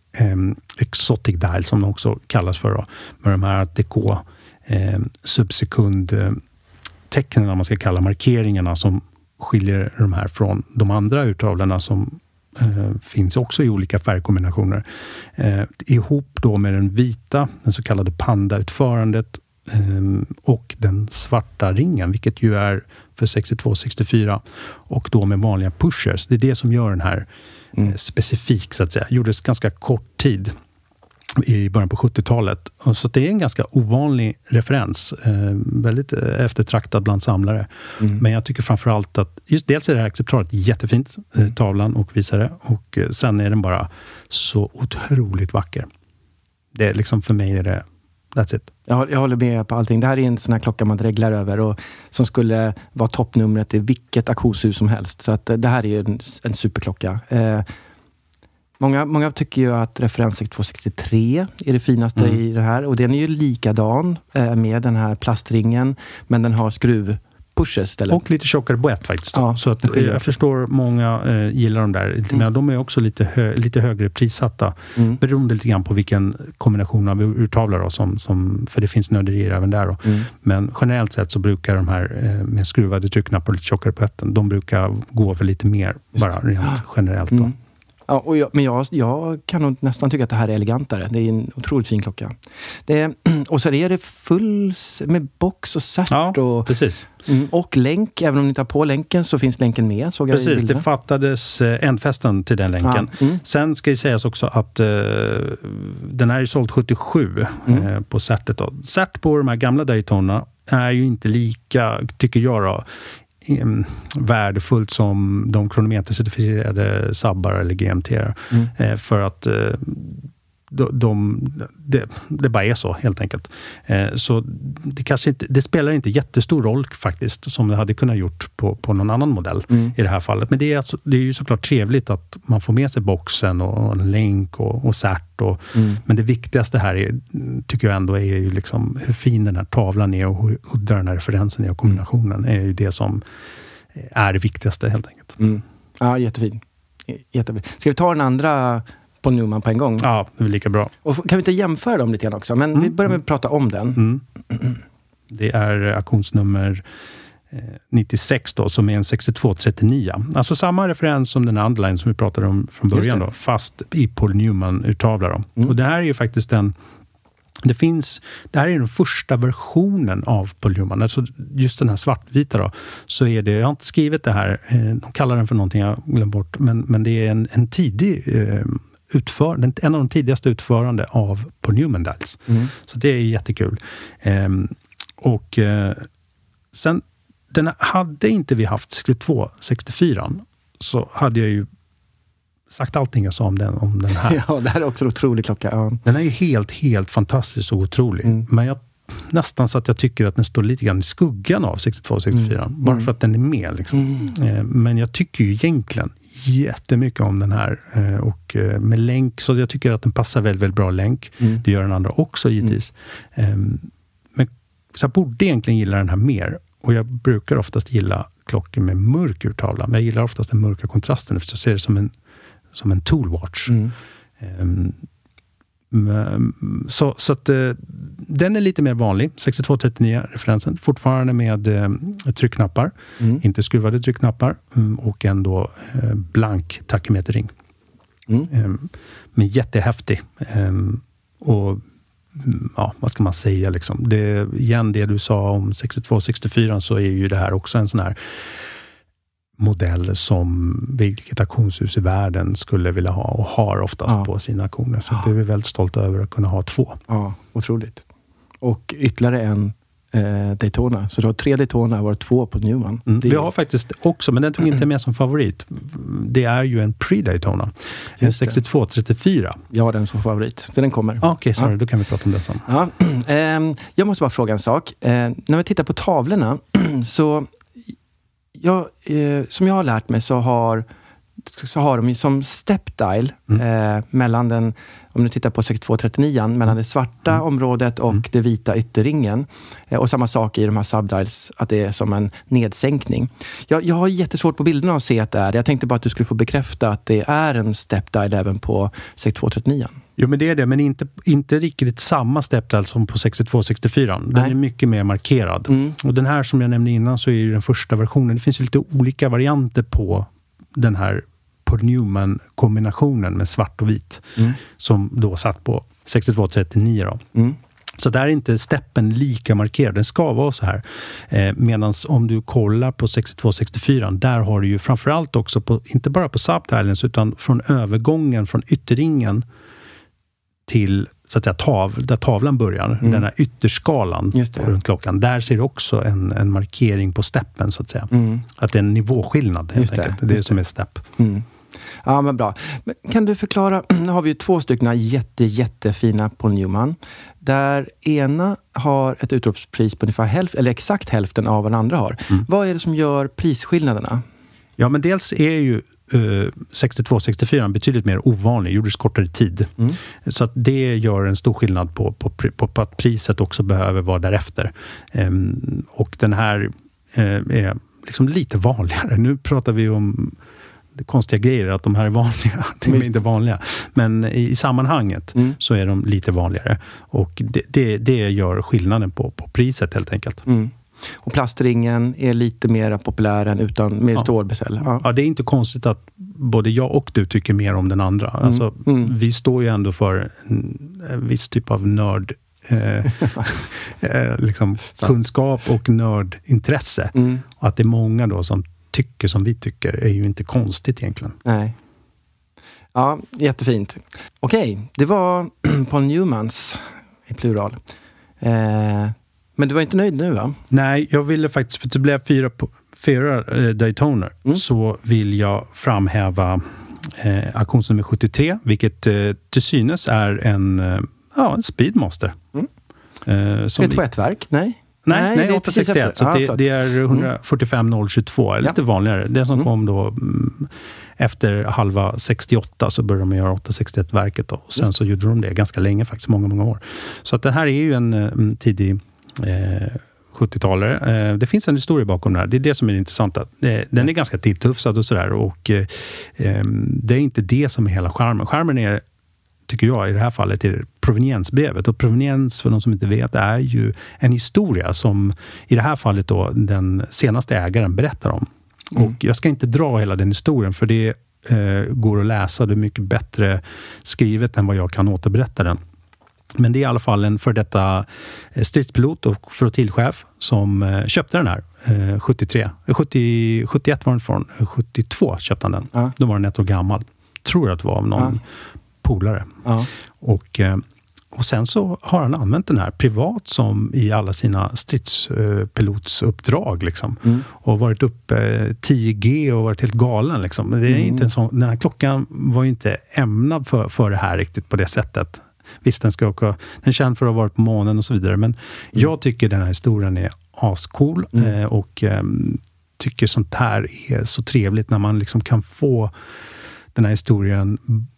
eh, exotic dial som de också kallas för då, med de här D K eh, subsekund eh, tecknen, man ska kalla markeringarna, som skiljer de här från de andra urtavlorna som eh, finns också i olika färgkombinationer. Eh, ihop då med den vita, den så kallade panda-utförandet eh, och den svarta ringen, vilket ju är för sextiotvå sextiofyra, och då med vanliga pushers. Det är det som gör den här mm. eh, specifik, så att säga. Gjordes ganska kort tid i början på sjuttiotalet. Så det är en ganska ovanlig referens. Eh, väldigt eftertraktad bland samlare. Mm. Men jag tycker framförallt att just dels är det här acceptaret jättefint, eh, tavlan och visare. Och eh, sen är den bara så otroligt vacker. Det är liksom, för mig är det, that's it. Jag, jag håller med på allting. Det här är en sån här klocka man reglar över och som skulle vara toppnumret i vilket auktionshus som helst. Så att det här är ju en, en superklocka. Eh, Många, många tycker ju att referens sextiotvå sextiotre är det finaste mm. i det här. Och den är ju likadan eh, med den här plastringen. Men den har skruvpushes istället. Och lite tjockare boett faktiskt. Ja, så att, jag jag förstår många eh, gillar de där. Mm. Men de är också lite, hö, lite högre prissatta. Mm. Beroende lite grann på vilken kombination av urtavlar då, som, som, för det finns nörderier även där då. Mm. Men generellt sett så brukar de här eh, med skruvade tryckknappar och lite tjockare boetten, de brukar gå för lite mer. Just bara rent ja. generellt då. Mm. Ja, och jag, men jag, jag kan nog nästan tycka att det här är elegantare. Det är en otroligt fin klocka. Det är, och så är det full med box och cert. Ja, och, precis. Mm, och länk. Även om ni tar på länken så finns länken med. Såg precis, det fattades eh, ändfästen till den länken. Ja, mm. Sen ska det sägas också att eh, den här är såld sjuttiosju mm. eh, på certet. Då. Cert på de här gamla Daytona är ju inte lika, tycker jag då, värdefullt som de kronometercertifierade Sabbar eller G M T mm. eh, för att eh, de, de, det, det bara är så helt enkelt. Eh, så det kanske inte, det spelar inte jättestor roll faktiskt, som det hade kunnat gjort på, på någon annan modell mm. i det här fallet. Men det är, alltså, det är ju såklart trevligt att man får med sig boxen och en länk och, och cert. Och, mm. Men det viktigaste här är, tycker jag ändå, är ju liksom hur fin den här tavlan är och hur udda den här referensen är och kombinationen är ju det som är det viktigaste helt enkelt. Mm. Ja, jättefin. jättefin. Ska vi ta den andra på Newman på en gång? Ja, det är lika bra. Och kan vi inte jämföra dem lite grann också? Men mm. vi börjar med att prata om den. Mm. Det är auktionsnummer eh, nittiosex då, som är en sextiotvå trettionio. Alltså samma referens som den andra som vi pratade om från början då, fast i Paul Newman-urtavlar. Mm. Och det här är ju faktiskt en Det finns, det här är den första versionen av Paul Newman. Alltså just den här svartvita då, så är det, jag har inte skrivit det här, de kallar den för någonting jag glömt bort, men, men det är en, en tidig eh, utför, en av de tidigaste utförande av Paul Newman dials. Mm. Så det är jättekul. Eh, och eh, sen, den hade inte vi haft sextiotvå sextiofyra, så hade jag ju sagt allting jag sa om den, om den här. Ja, det här är också en otrolig klocka. Ja. Den är ju helt, helt fantastisk och otrolig. Mm. Men jag nästan så att jag tycker att den står lite grann i skuggan av sextiotvå sextiofyra. Mm. Bara för att den är med. Liksom. Mm. Eh, men jag tycker ju egentligen jättemycket om den här. Eh, och eh, med länk, så jag tycker att den passar väldigt, väldigt bra länk. Mm. Det gör den andra också givetvis. Mm. Eh, men så jag borde egentligen gilla den här mer. Och jag brukar oftast gilla klockor med mörk urtavla. Men jag gillar oftast den mörka kontrasten. För jag ser det som en som en toolwatch. Mm. Um, så, så att uh, den är lite mer vanlig. sextiotvå trettionio referensen. Fortfarande med uh, tryckknappar. Mm. Inte skruvade tryckknappar. Um, och ändå uh, blank takymeterring. Mm. Um, men jättehäftig. Um, och ja, vad ska man säga liksom. Det, igen det du sa om sextiotvå sextiofyra, så är ju det här också en sån här modell som vilket auktionshus i världen skulle vilja ha och har oftast ja. på sina auktioner. Så ja. det är vi väldigt stolta över att kunna ha två. Ja, otroligt. Och ytterligare en eh, Daytona. Så du har tre Daytona, var två på Newman. Mm. Vi har faktiskt också, men den tog inte med som favorit. Det är ju en pre-Daytona. En sextiotvå trettiofyra. Ja, den som favorit. Så den kommer. Okej, okay, sorry. Ja. Då kan vi prata om det sen. Ja. Eh, jag måste bara fråga en sak. Eh, när vi tittar på tavlorna så... Ja, eh, som jag har lärt mig så har så har de ju som step dial mm. eh, mellan den, om du tittar på sextiotvå trettionio, mellan det svarta mm. området och mm. det vita ytterringen. Eh, och samma sak i de här subdials, att det är som en nedsänkning. Jag, jag har jättesvårt på bilderna att se att det är. Jag tänkte bara att du skulle få bekräfta att det är en step dial även på sextiotvå trettionio. Jo, men det är det, men inte, inte riktigt samma step dial som på sextiotvå sextiofyra. Den Nej. är mycket mer markerad. Mm. Och den här som jag nämnde innan så är ju den första versionen. Det finns ju lite olika varianter på den här Paul Newman-kombinationen med svart och vit. Mm. Som då satt på sextiotvå trettionio då. Mm. Så där är inte steppen lika markerad. Den ska vara så här. Eh, Medan om du kollar på sextiotvå sextiofyra, där har du ju framförallt också, på, inte bara på subdials utan från övergången från ytterringen till så att säga, tav, där tavlan börjar, mm. den här ytterskalan runt klockan. Där ser du också en, en markering på steppen så att säga. Mm. Att det är en nivåskillnad helt Just enkelt. Det, det är det det. som är stepp. Mm. Ja, men bra. Men kan du förklara, nu har vi ju två stycken jätte, jättefina Paul Newman. Där ena har ett utropspris på ungefär hälften, eller exakt hälften av vad den andra har. Mm. Vad är det som gör prisskillnaderna? Ja, men dels är ju Uh, sextiotvå sextiofyra betydligt mer ovanlig, gjordes kortare tid. Mm. Så att det gör en stor skillnad på, på, på, på att priset också behöver vara därefter. Um, och den här uh, är liksom lite vanligare. Nu pratar vi om konstiga grejer, att de här är vanliga. De är inte vanliga. Men i, i sammanhanget mm. så är de lite vanligare. Och det, det, det gör skillnaden på, på priset helt enkelt. Mm. Och plastringen är lite mer populär än utan med ja. stålbesäll. Ja. ja, det är inte konstigt att både jag och du tycker mer om den andra. Mm. Alltså, mm. vi står ju ändå för en, en viss typ av nörd eh, eh, liksom kunskap och nördintresse. Mm. Och att det är många då som tycker som vi tycker är ju inte konstigt egentligen. Nej. Ja, jättefint. Okej, det var Paul Newmans i plural. Eh, Men du var inte nöjd nu, va? Nej, jag ville faktiskt, för det blev fyra, fyra eh, Daytoner, mm. så vill jag framhäva eh, auktionsnummer sjuttiotre, vilket eh, till synes är en, eh, ja, en Speedmaster. Mm. Eh, som det är ett verk? Nej. Nej, nej, nej det är åttahundrasextioett, så ah, det, det är etthundrafyrtiofem noll tjugotvå, mm. lite ja. vanligare. Det som mm. kom då mm, efter halva sextioåtta så började de göra åttahundrasextioett-verket då. Och sen Just. så gjorde de det ganska länge, faktiskt många, många år. Så att det här är ju en, en tidig Eh, sjuttiotalare. Eh, det finns en historia bakom det här. Det är det som är intressant. Eh, den är ganska tilltufsad och sådär. Och eh, det är inte det som är hela skärmen. Skärmen är, tycker jag, i det här fallet är proveniensbrevet. Och proveniens, för de som inte vet, är ju en historia som i det här fallet då den senaste ägaren berättar om. Mm. Och jag ska inte dra hela den historien, för det eh, går att läsa. Det är mycket bättre skrivet än vad jag kan återberätta den. Men det är i alla fall en för detta stridspilot och flottiljchef som eh, köpte den här eh, sjuttiotre. sjuttio, sjuttioett var den från, sjuttiotvå köpte han den. Ja. Då var den ett år gammal. Tror jag att det var av någon ja. polare. Ja. Och, eh, och sen så har han använt den här privat som i alla sina stridspilotsuppdrag liksom. Mm. Och varit uppe tio G och varit helt galen liksom. Det är mm. inte en sån, den här klockan var ju inte ämnad för, för det här riktigt på det sättet. Visst, den ska åka, den är känd för att ha varit på månen och så vidare, men mm. jag tycker den här historien är ascool mm. eh, och eh, tycker sånt här är så trevligt när man liksom kan få den här historien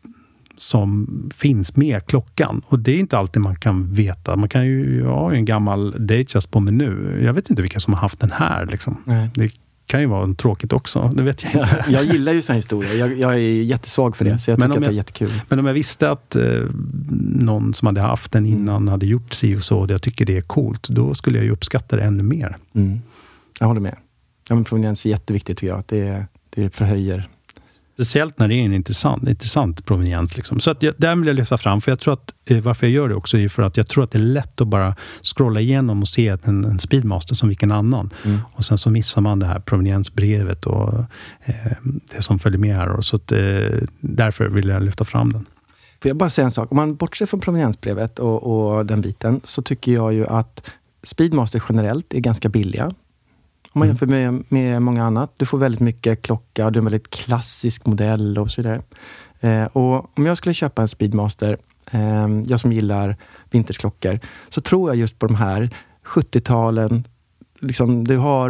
som finns med klockan. Och det är inte alltid man kan veta. Man kan ju ha en gammal Datejust på mig nu. Jag vet inte vilka som har haft den här liksom. Nej. Det kan ju vara en tråkigt också, det vet jag inte. Jag gillar ju såna historier. Jag, jag är jättesvag för det, så jag tycker att det är jättekul. Men om jag visste att eh, någon som hade haft den innan mm. hade gjort sig och så, och jag tycker det är coolt, då skulle jag ju uppskatta det ännu mer. Mm. Jag håller med. Ja, men proveniens är jätteviktigt tycker jag. Det, det förhöjer. Speciellt när det är en intressant, intressant proveniens. Liksom. Så att jag, där vill jag lyfta fram. För jag tror att, eh, varför jag gör det också är för att jag tror att det är lätt att bara scrolla igenom och se en, en Speedmaster som vilken annan. Mm. Och sen så missar man det här proveniensbrevet och eh, det som följer med här. Och så att, eh, därför vill jag lyfta fram den. Får jag bara säga en sak? Om man bortser från proveniensbrevet och, och den biten, så tycker jag ju att Speedmaster generellt är ganska billiga. Om man jämför med, med många annat. Du får väldigt mycket klocka. Du är en väldigt klassisk modell och så vidare. Eh, och om jag skulle köpa en Speedmaster, eh, jag som gillar vintersklockor, så tror jag just på de här sjuttio-talen. Liksom, du har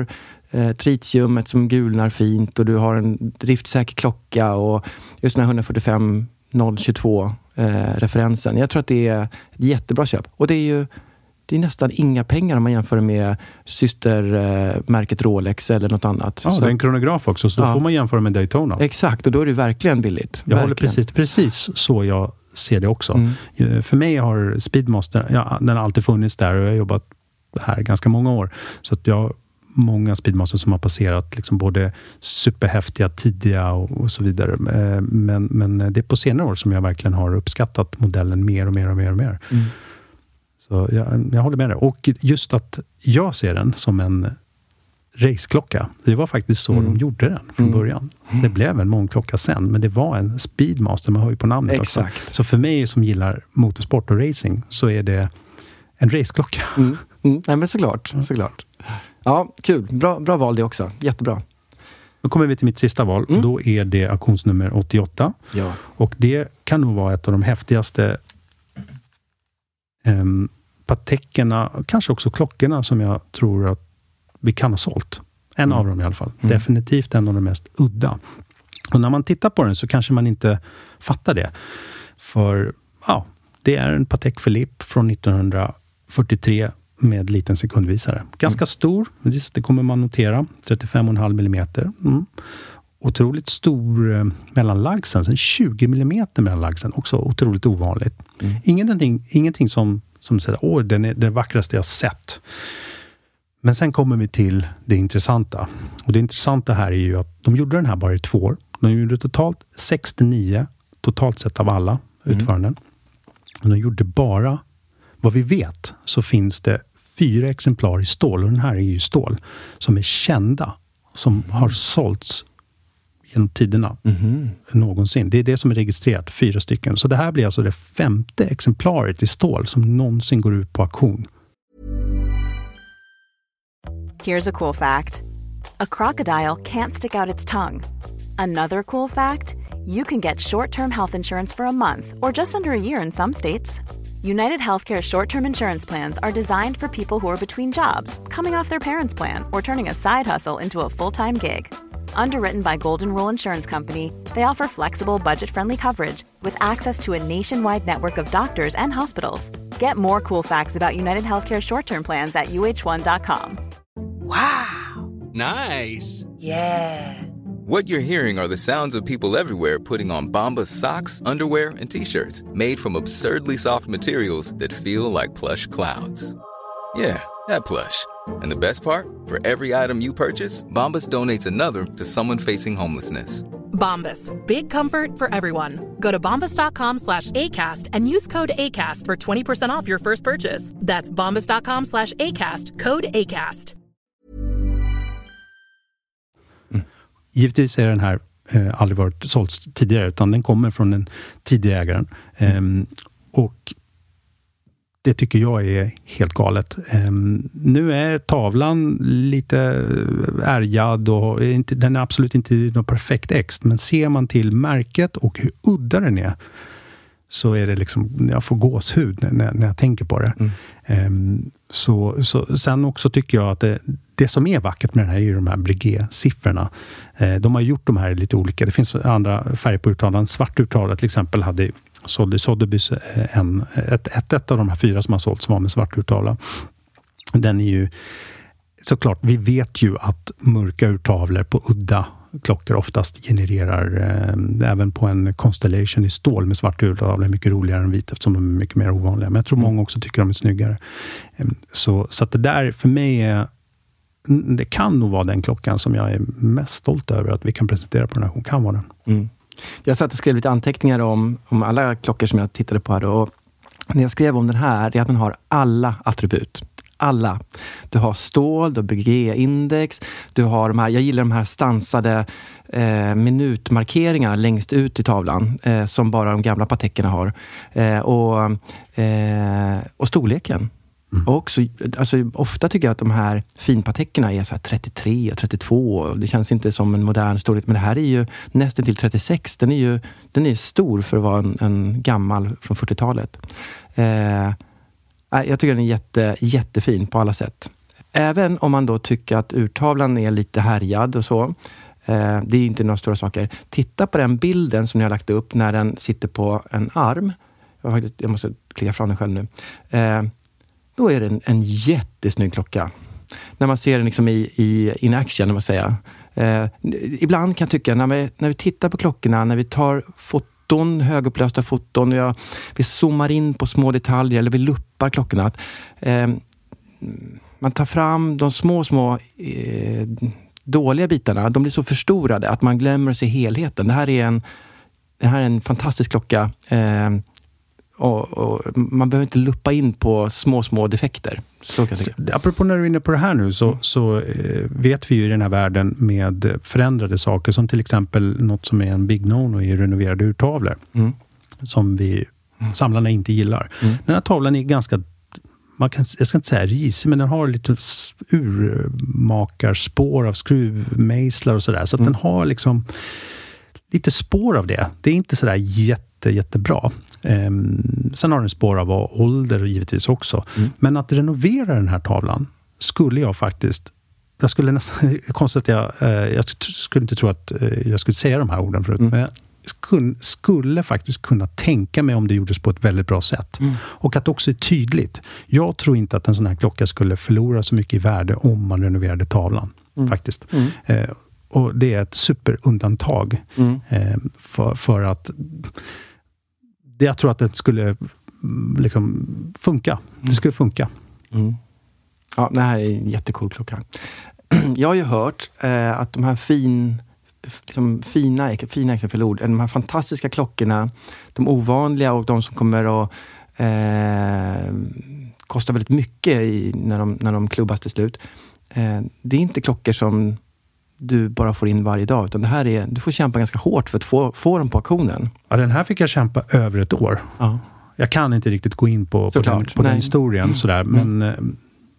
eh, tritiumet som gulnar fint och du har en driftsäker klocka och just den här ett fyrtiofem noll tjugotvå eh, referensen. Jag tror att det är ett jättebra köp. Och det är ju det är nästan inga pengar om man jämför med systermärket Rolex eller något annat. Ja, så, det är en kronograf också, så då ja. får man jämföra med Daytona. Exakt, och då är det verkligen billigt. Jag verkligen. håller precis, precis så jag ser det också. Mm. För mig har Speedmaster, ja, den har alltid funnits där och jag har jobbat här ganska många år. Så att jag har många Speedmaster som har passerat liksom både superhäftiga, tidiga och, och så vidare. Men, men det är på senare år som jag verkligen har uppskattat modellen mer och mer och mer och mer. Mm. Så jag, jag håller med dig. Och just att jag ser den som en raceklocka. Det var faktiskt så mm. de gjorde den från mm. början. Det blev en månklocka sen, men det var en Speedmaster, man hör ju på namnet. Exakt. Också. Så för mig som gillar motorsport och racing så är det en raceklocka. Mm. Mm. Nej, men såklart, såklart. Ja, kul. Bra, bra val det också. Jättebra. Då kommer vi till mitt sista val. Mm. Då är det auktionsnummer åttioåtta. Ja. Och det kan nog vara ett av de häftigaste um, Pateckerna, kanske också klockorna som jag tror att vi kan ha sålt. En mm. av dem i alla fall. Mm. Definitivt en av de mest udda. Och när man tittar på den så kanske man inte fattar det. För ja, det är en Patek Philippe från nittonhundrafyrtiotre med liten sekundvisare. Ganska mm. stor, det kommer man notera. trettiofem komma fem millimeter. Mm. Otroligt stor eh, mellanlagsen, sen tjugo millimeter mellanlagsen. Också otroligt ovanligt. Mm. Ingenting, ingenting som, som säger, åh, den är det vackraste jag sett. Men sen kommer vi till det intressanta. Och det intressanta här är ju att de gjorde den här bara i två år. De gjorde totalt sextionio, totalt sett av alla utföranden. Mm. De gjorde bara, vad vi vet, så finns det fyra exemplar i stål. Och den här är ju stål. Som är kända. Som har sålts genom tiderna. Mm. Någonsin. Det är det som är registrerat. Fyra stycken. Så det här blir alltså det femte exemplaret i stål som någonsin går ut på auktion. Here's a cool fact. A crocodile can't stick out its tongue. Another cool fact, you can get short-term health insurance for a month or just under a year in some states. United Healthcare short-term insurance plans are designed for people who are between jobs, coming off their parents' plan, or turning a side hustle into a full-time gig. Underwritten by Golden Rule Insurance Company, they offer flexible, budget-friendly coverage with access to a nationwide network of doctors and hospitals. Get more cool facts about United Healthcare short-term plans at U H one dot com. Wow. Nice. Yeah. What you're hearing are the sounds of people everywhere putting on Bombas socks, underwear, and T-shirts made from absurdly soft materials that feel like plush clouds. Yeah, that plush. And the best part? For every item you purchase, Bombas donates another to someone facing homelessness. Bombas, big comfort for everyone. Go to bombas.com slash ACAST and use code ACAST for twenty percent off your first purchase. That's bombas.com slash ACAST, code ACAST. Givetvis är den här eh, aldrig varit sålts tidigare, utan den kommer från den tidigare ägaren. Mm. Eh, och det tycker jag är helt galet. Eh, nu är tavlan lite ärgad och är inte, den är absolut inte någon perfekt ex. Men ser man till märket och hur udda den är, så är det liksom, jag får gåshud när, när jag tänker på det. Mm. Um, så, så, sen också tycker jag att det, det som är vackert med den här är ju de här Breguet-siffrorna. Uh, de har gjort de här lite olika. Det finns andra färger på urtavlan. Svart urtavla till exempel hade sålde Sotheby's en, ett, ett, ett av de här fyra som har sålt som var med svart urtavla. Den är ju såklart, vi vet ju att mörka urtavlor på udda klockor oftast genererar eh, även på en Constellation i stål med svart urtavla är mycket roligare än vit eftersom de är mycket mer ovanliga. Men jag tror många också tycker de är snyggare. Eh, så, så att det där för mig är, det kan nog vara den klockan som jag är mest stolt över att vi kan presentera på den här. Hon kan vara den. Mm. Jag satt och skrev lite anteckningar om, om alla klockor som jag tittade på här då. Och när jag skrev om den här, det är att den har alla attribut. Alla. Du har stål, du har Breguet-index, du har de här, jag gillar de här stansade eh, minutmarkeringarna längst ut i tavlan eh, som bara de gamla Pateckerna har. Eh, och, eh, och storleken. Mm. Och också, alltså, ofta tycker jag att de här finpateckerna är så här trettiotre och trettiotvå. Det känns inte som en modern storlek, men det här är ju nästan till trettiosex. Den är ju den är stor för att vara en, en gammal från fyrtiotalet. Eh, Jag tycker den är jätte, jättefin på alla sätt. även om man då tycker att urtavlan är lite härjad och så, eh, det är inte några stora saker. Titta på den bilden som ni har lagt upp när den sitter på en arm. Jag, jag måste klicka fram den själv nu. Eh, då är det en, en jättesnygg klocka. När man ser den liksom i, i in action, när man säger. Eh, ibland kan jag tycka, när vi, när vi tittar på klockorna, när vi tar foton, högupplösta foton, och jag, vi zoomar in på små detaljer, eller vi luppar klockorna, att, eh, man tar fram de små, små eh, dåliga bitarna, de blir så förstorade att man glömmer sig helheten. Det här är en, det här är en fantastisk klocka. Eh, Och, och man behöver inte luppa in på små, små defekter. Så kan jag tycka. Apropå när du är inne på det här nu, så, mm. så eh, vet vi ju i den här världen med förändrade saker, som till exempel något som är en big no-no i renoverade urtavlor. Mm. Som vi mm. samlarna inte gillar. Mm. Den här tavlan är ganska, man kan, jag ska inte säga risig, men den har lite urmakarspår av skruvmejslar och sådär. Så att mm. den har liksom lite spår av det. Det är inte sådär jätte, jättebra. Um, sen har den spår av ålder givetvis också. Mm. Men att renovera den här tavlan skulle jag faktiskt, jag skulle nästan, konstigt att jag, uh, jag skulle inte tro att uh, jag skulle säga de här orden förut, mm. men jag skulle, skulle faktiskt kunna tänka mig om det gjordes på ett väldigt bra sätt. Mm. Och att det också är tydligt. Jag tror inte att en sån här klocka skulle förlora så mycket i värde om man renoverade tavlan, mm. faktiskt. Mm. Uh, och det är ett superundantag mm. uh, för, för att jag tror att det skulle liksom funka. Det skulle funka. Mm. Ja, det här är en jättecool klocka. Jag har ju hört eh, att de här fin, liksom fina, fina ord, de här fantastiska klockorna, de ovanliga och de som kommer att eh, kosta väldigt mycket i, när, de, när de klubbas till slut. Eh, det är inte klockor som du bara får in varje dag, utan det här är, du får kämpa ganska hårt för att få, få dem på auktionen. Ja, den här fick jag kämpa över ett år. Ja. Jag kan inte riktigt gå in på, på, den, på den historien mm. sådär, men mm.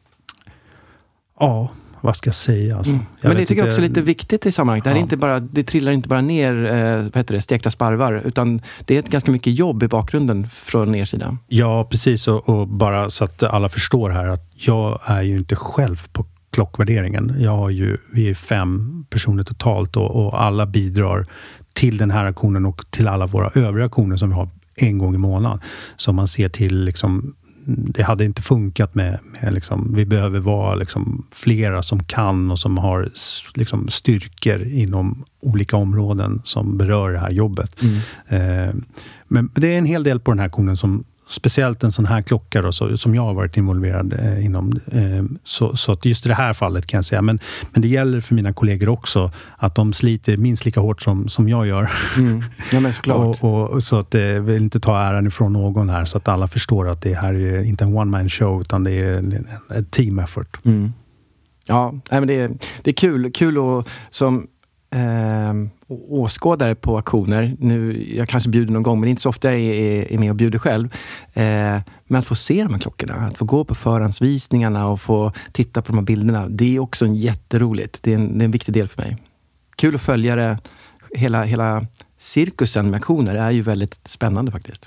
ja, vad ska jag säga? Alltså, mm. jag men det tycker jag inte, också är lite viktigt i sammanhanget. Det, här ja. är inte bara, det trillar inte bara ner eh, vad heter det, stekta sparvar, utan det är ett ganska mycket jobb i bakgrunden från er sida. Ja, precis. Och, och bara så att alla förstår här att jag är ju inte själv på klockvärderingen. Jag har ju, vi är fem personer totalt och, och alla bidrar till den här auktionen och till alla våra övriga auktioner som vi har en gång i månaden. Så man ser till liksom, det hade inte funkat med, med liksom, vi behöver vara liksom flera som kan och som har liksom styrkor inom olika områden som berör det här jobbet. Mm. Eh, men det är en hel del på den här auktionen som speciellt en sån här klocka då, så, som jag har varit involverad eh, inom. Eh, så, så att just i det här fallet kan jag säga. Men, men det gäller för mina kollegor också att de sliter minst lika hårt som, som jag gör. Mm. Ja, men såklart. och, och, så att jag vill inte ta äran ifrån någon här, så att alla förstår att det här är inte en one-man show, utan det är en, en team effort. Mm. Ja, nej, men det är, det är kul. Kul och som Eh, åskådare på auktioner. Nu, jag kanske bjuder någon gång, men inte så ofta jag är, är med och bjuder själv. Eh, men att få se de här klockorna, att få gå på förhandsvisningarna och få titta på de här bilderna, det är också en jätteroligt. Det är en, det är en viktig del för mig. Kul att följa det. Hela, hela cirkusen med auktioner är ju väldigt spännande faktiskt.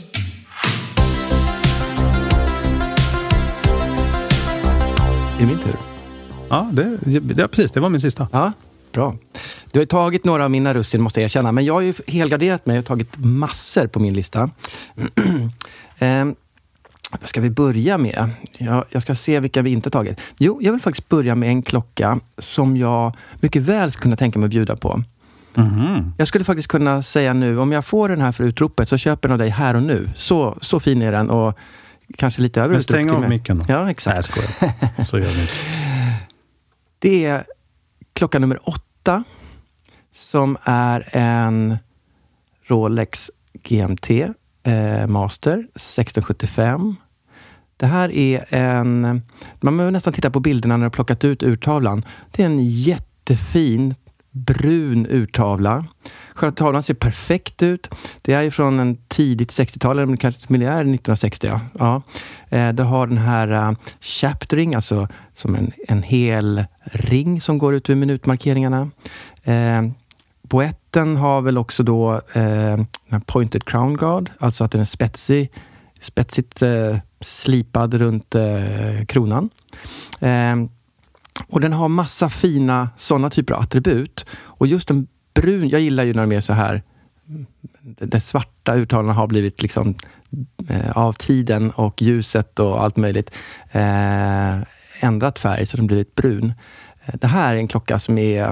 Är det min tur? Ja, det, det, precis. Det var min sista. Ja. Bra. Du har tagit några av mina russin, måste jag erkänna. Men jag har ju helgarderat mig och tagit massor på min lista. eh, vad ska vi börja med? Jag, jag ska se vilka vi inte tagit. Jo, jag vill faktiskt börja med en klocka som jag mycket väl skulle kunna tänka mig att bjuda på. Mm-hmm. Jag skulle faktiskt kunna säga nu, om jag får den här för utropet så köper den av dig här och nu. Så, så fin är den och kanske lite över. Men stäng av micken då. Ja, exakt. Nej, jag skojar. Så gör vi inte. Det är klocka nummer åtta som är en Rolex G M T eh, Master sexton sjuttiofem. Det här är en, man behöver nästan titta på bilderna när de har plockat ut urtavlan. Det är en jättefin brun urtavla. Själva tavlan ser perfekt ut. Det är ju från en tidigt sextiotal, eller kanske till är nittonhundrasextio. Ja. Ja. Eh, det har den här uh, chaptering, alltså som en, en hel ring som går ut ur minutmarkeringarna. Eh, boetten har väl också då eh, pointed crown guard, alltså att den är spetsig, spetsigt eh, slipad runt eh, kronan. Eh, och den har massa fina sådana typer av attribut. Och just en brun, jag gillar ju när de är så här, det svarta uttalarna har blivit liksom eh, av tiden och ljuset och allt möjligt eh, ändrat färg så den blivit brun. Eh, det här är en klocka som är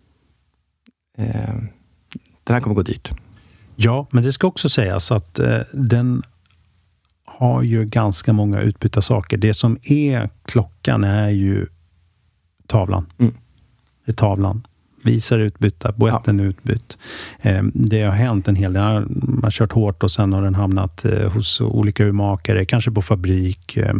eh, den här kommer gå dyrt. Ja, men det ska också sägas att eh, den har ju ganska många utbytta saker. Det som är klockan är ju tavlan. Mm. Det är tavlan. Visar utbytta, boetten är utbytt. Eh, det har hänt en hel del. Man har kört hårt och sen har den hamnat eh, hos olika urmakare, kanske på fabrik eh,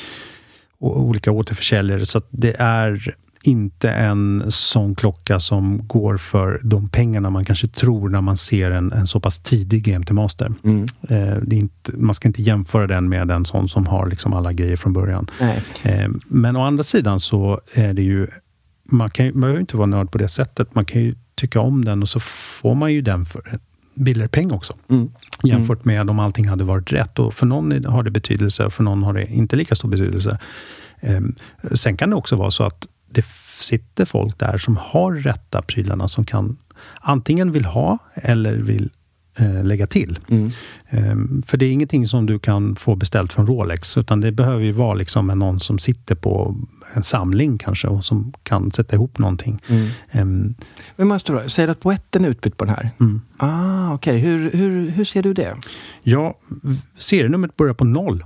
och olika återförsäljare. Så att det är inte en sån klocka som går för de pengarna man kanske tror när man ser en, en så pass tidig G M T Master. Mm. Eh, det är inte, man ska inte jämföra den med en sån som har liksom alla grejer från början. Nej. Eh, men å andra sidan så är det ju, man kan ju man behöver inte vara nörd på det sättet. Man kan ju tycka om den och så får man ju den för billigare peng också. Mm. Jämfört med om allting hade varit rätt. Och för någon har det betydelse och för någon har det inte lika stor betydelse. Eh, sen kan det också vara så att det sitter folk där som har rätta prylarna som kan antingen vill ha eller vill eh, lägga till. Mm. Um, för det är ingenting som du kan få beställt från Rolex, utan det behöver ju vara liksom en någon som sitter på en samling kanske och som kan sätta ihop någonting. Mm. Um, Men måste du säga att boetten är utbytt på den här? Mm. Ah, okej. Okay. Hur, hur, hur ser du det? Ja, serienumret börjar på noll.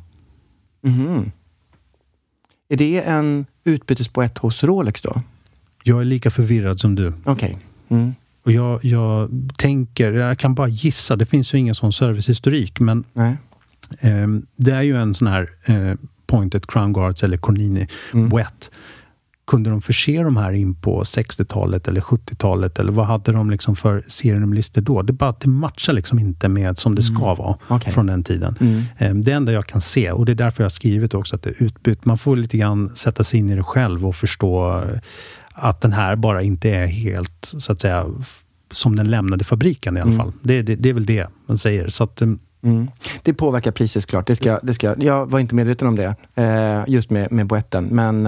Mm. Är det en utbytesboett hos Rolex då? Jag är lika förvirrad som du. Okej. Okay. Mm. Och jag, jag tänker, jag kan bara gissa, det finns ju ingen sån servicehistorik, men Nej. Eh, det är ju en sån här eh, Pointed Crown Guards eller Cornini Mm. boett. Kunde de förse de här in på sextiotalet eller sjuttiotalet, eller vad hade de liksom för serienummerlistor då? Det bara det matchar liksom inte med som det ska vara Okay. från den tiden. Mm. Eh, det enda jag kan se, och det är därför jag har skrivit också att det är utbytt. Man får lite grann sätta sig in i det själv och förstå att den här bara inte är helt, så att säga, som den lämnade fabriken i alla Mm. fall. Det, det, det är väl det man säger. Så att, Mm. Det påverkar priset klart. Det ska, det ska, jag var inte medveten om det. Eh, just med, med boetten. Men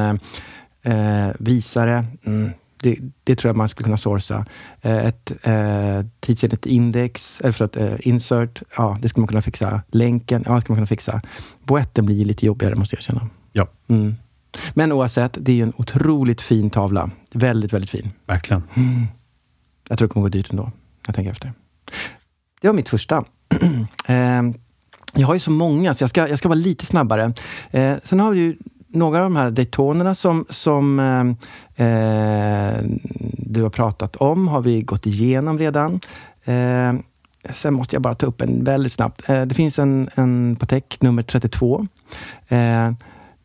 eh, visare, mm, det, det tror jag man skulle kunna sourca. Eh, ett eh, tidsenligt index, eller förlåt, eh, insert, ja, det ska man kunna fixa. Länken, ja, det ska man kunna fixa. Boetten blir lite jobbigare, måste jag känna. Ja. Mm. Men oavsett, det är ju en otroligt fin tavla. Väldigt, väldigt fin. Verkligen. Mm. Jag tror det kommer gå dyrt ändå. Jag tänker efter. Det var mitt första. eh, jag har ju så många, så jag ska, jag ska vara lite snabbare. Eh, sen har vi ju några av de här Daytonerna som, som eh, eh, du har pratat om. Har vi gått igenom redan. Eh, sen måste jag bara ta upp en väldigt snabbt. Eh, det finns en, en Patek nummer trettiotvå. Eh,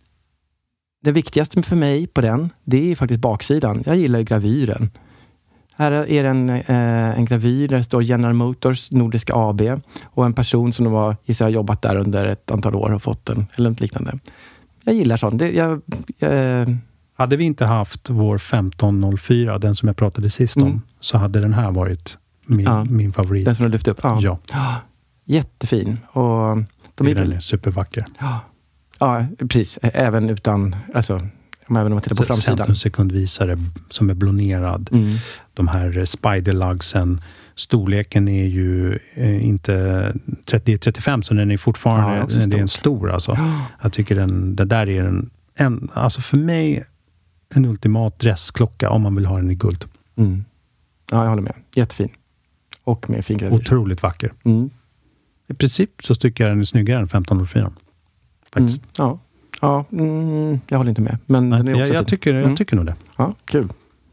det viktigaste för mig på den, det är faktiskt baksidan. Jag gillar gravyren. Här är en, eh, en gravyr där det står General Motors Nordiska A B och en person som var, gissar jag, jobbat där under ett antal år och fått den, eller något liknande. Jag gillar sånt. Det, jag, jag, Hade vi inte haft vår femton noll fyra, den som jag pratade sist om, Mm. så hade den här varit min, Ja. min favorit. den som du lyfte upp. Ja. Ja, Jättefin. Och de är, den är supervacker. ja, ja, precis. Även utan, alltså, även om man tittar på framsidan. Centrumsekundvisare som är blonerad. Mm. De här spiderlugsen. Storleken är ju eh, inte trettio trettiofem, så den är fortfarande Ja, också det är en stort. stor. Alltså. Ja. Jag tycker den, det där är en, en, alltså för mig en ultimat dressklocka om man vill ha den i guld. Mm. Ja, jag håller med. Jättefin. Och med fin gravyr. Otroligt vacker. Mm. I princip så tycker jag den är snyggare än femton noll fyra. Faktiskt. Mm. Ja, ja mm, jag håller inte med. Men Nej, den är också jag, jag, fin. tycker, jag Mm. tycker nog det. Ja, kul.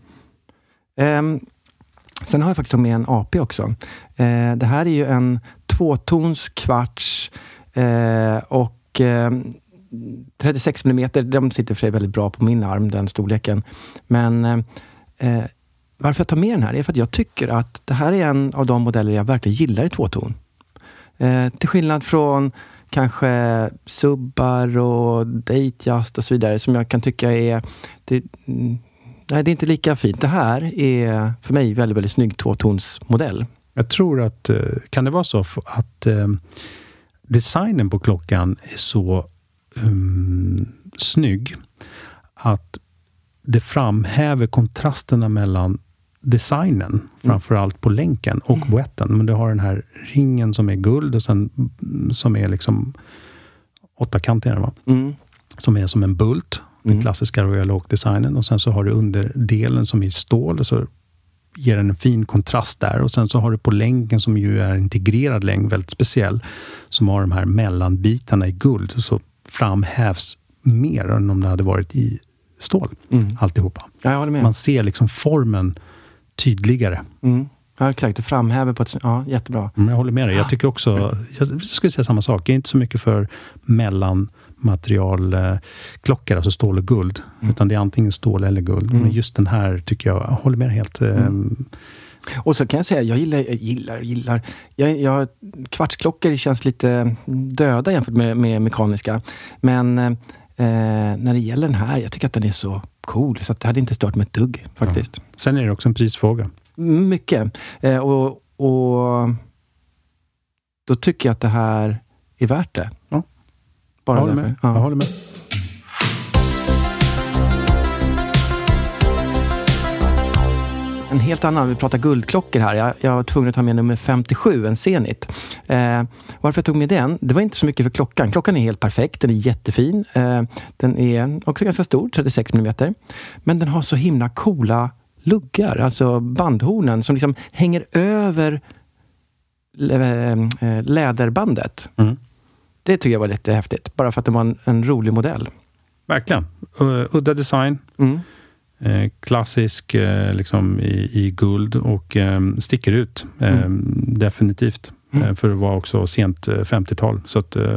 Um, sen har jag faktiskt med en A P också. Uh, det här är ju en tvåtons kvarts uh, och uh, trettiosex millimeter. De sitter för sig väldigt bra på min arm, den storleken. Men uh, uh, varför jag tar med den här är för att jag tycker att det här är en av de modeller jag verkligen gillar i tvåton. Uh, till skillnad från kanske Subbar och Datejust och så vidare, som jag kan tycka är det, mm, nej, det är inte lika fint. Det här är för mig väldigt, väldigt snygg tvåtonsmodell. Jag tror att, kan det vara så att designen på klockan är så um, snygg att det framhäver kontrasterna mellan designen, mm. framförallt på länken och mm. boetten. Men du har den här ringen som är guld och sen som är liksom åttakantig, va? Mm. Som är som en bult, den mm. klassiska Royal Oak-designen. Och sen så har du underdelen som är stål och så ger den en fin kontrast där. Och sen så har du på länken som ju är integrerad länk, väldigt speciell, som har de här mellanbitarna i guld. Och så framhävs mer än om det hade varit i stål, mm. alltihopa. Ja, jag håller med. Man ser liksom formen tydligare. Mm. Ja, exakt. Det framhäver på ett... Ja, jättebra. Mm, jag håller med dig. Jag tycker också... Jag skulle säga samma sak. Jag är inte så mycket för mellanmaterialklockor, alltså stål och guld. Mm. Utan det är antingen stål eller guld. Mm. Men just den här tycker jag... Jag håller med helt... Mm. Och så kan jag säga, jag gillar, jag gillar, gillar. Jag, jag, kvartsklockor känns lite döda jämfört med, med mekaniska. Men eh, när det gäller den här, jag tycker att den är så cool. Så att det hade inte stört mig ett dugg, faktiskt. Ja. Sen är det också en prisfråga. Mycket. Eh, och, och då tycker jag att det här är värt det. Ja. Bara jag håller därför. med. Ja. Jag håller med. En helt annan, vi pratar guldklockor här. Jag, jag var tvungen att ta med nummer femtiosju, en Zenit. Eh, varför jag tog med den? Det var inte så mycket för klockan. Klockan är helt perfekt, den är jättefin. Eh, den är också ganska stor, trettiosex millimeter. Men den har så himla coola luggar, alltså bandhornen som liksom hänger över läderbandet. Mm. Det tycker jag var lite häftigt. Bara för att det var en, en rolig modell. Verkligen. Uh, udda design. Mm. Eh, klassisk eh, liksom i, i guld och eh, sticker ut. Eh, mm. Definitivt. Mm. Eh, för det var också sent eh, femtiotal. Så att, eh,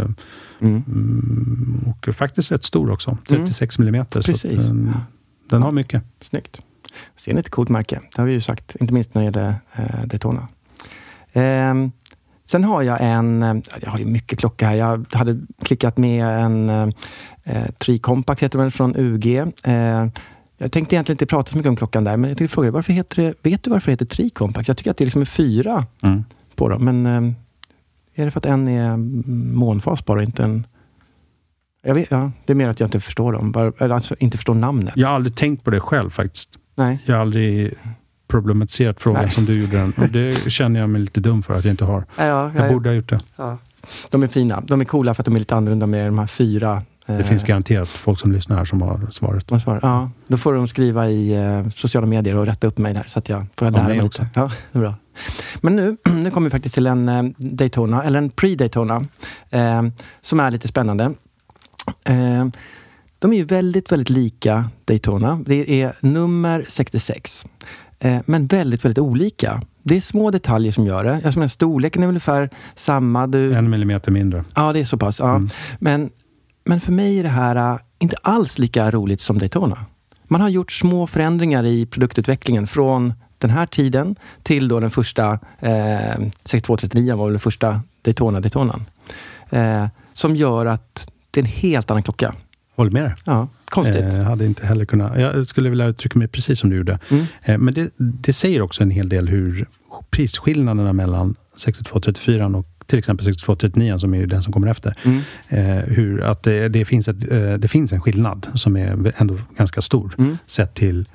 mm. och faktiskt rätt stor också. trettiosex millimeter. Precis. Så att, eh, den har mycket. Snyggt. Sen ett coolt märke. Det har vi ju sagt. Inte minst när det gäller eh, Daytona. Eh, sen har jag en... Jag har ju mycket klocka här. Jag hade klickat med en eh, Tri Compact heter den från U G. Eh, jag tänkte egentligen inte prata så mycket om klockan där. Men jag tänkte fråga, varför heter det, vet du varför det heter Tri Compact? Jag tycker att det är liksom fyra mm. på dem. Men eh, är det för att en är månfas bara, inte en... Jag vet, ja, det är mer att jag inte förstår dem. Bara, eller alltså inte förstår namnet. Jag har aldrig tänkt på det själv faktiskt. Nej. Jag har aldrig problematiserat frågan Nej. som du gjorde den. Och det känner jag mig lite dum för att jag inte har. Ja, ja, jag ja, borde ha gjort det. Ja. De är fina. De är coola för att de är lite annorlunda med de här fyra. Det eh, finns garanterat folk som lyssnar här som har svaret. Man svarar. Ja, då får de skriva i eh, sociala medier och rätta upp mig där. Så att jag får lära mig också. Ja, det är bra. Men nu, nu kommer vi faktiskt till en eh, Daytona, eller en pre-Daytona. Eh, som är lite spännande. Eh, de är ju väldigt, väldigt lika Daytona. Det är nummer sextiosex. Eh, men väldigt, väldigt olika. Det är små detaljer som gör det. Jag menar, storleken är ungefär samma. Du... En millimeter mindre. Ja, det är så pass. Ja. Mm. Men, men för mig är det här uh, inte alls lika roligt som Daytona. Man har gjort små förändringar i produktutvecklingen från den här tiden till då den första eh, sextiotvå trettionio var väl den första Daytona Daytonan. Eh, som gör att det är en helt annan klocka. Håll med dig. Ja, konstigt. Jag eh, hade inte heller kunnat... Jag skulle vilja uttrycka mig precis som du gjorde. Mm. Eh, men det, det säger också en hel del hur prisskillnaderna mellan sextiotvå trettiofyra och till exempel sextiotvå trettionio som är den som kommer efter. Mm. Eh, hur att det, det, finns ett, eh, det finns en skillnad som är ändå ganska stor. Mm. Sett till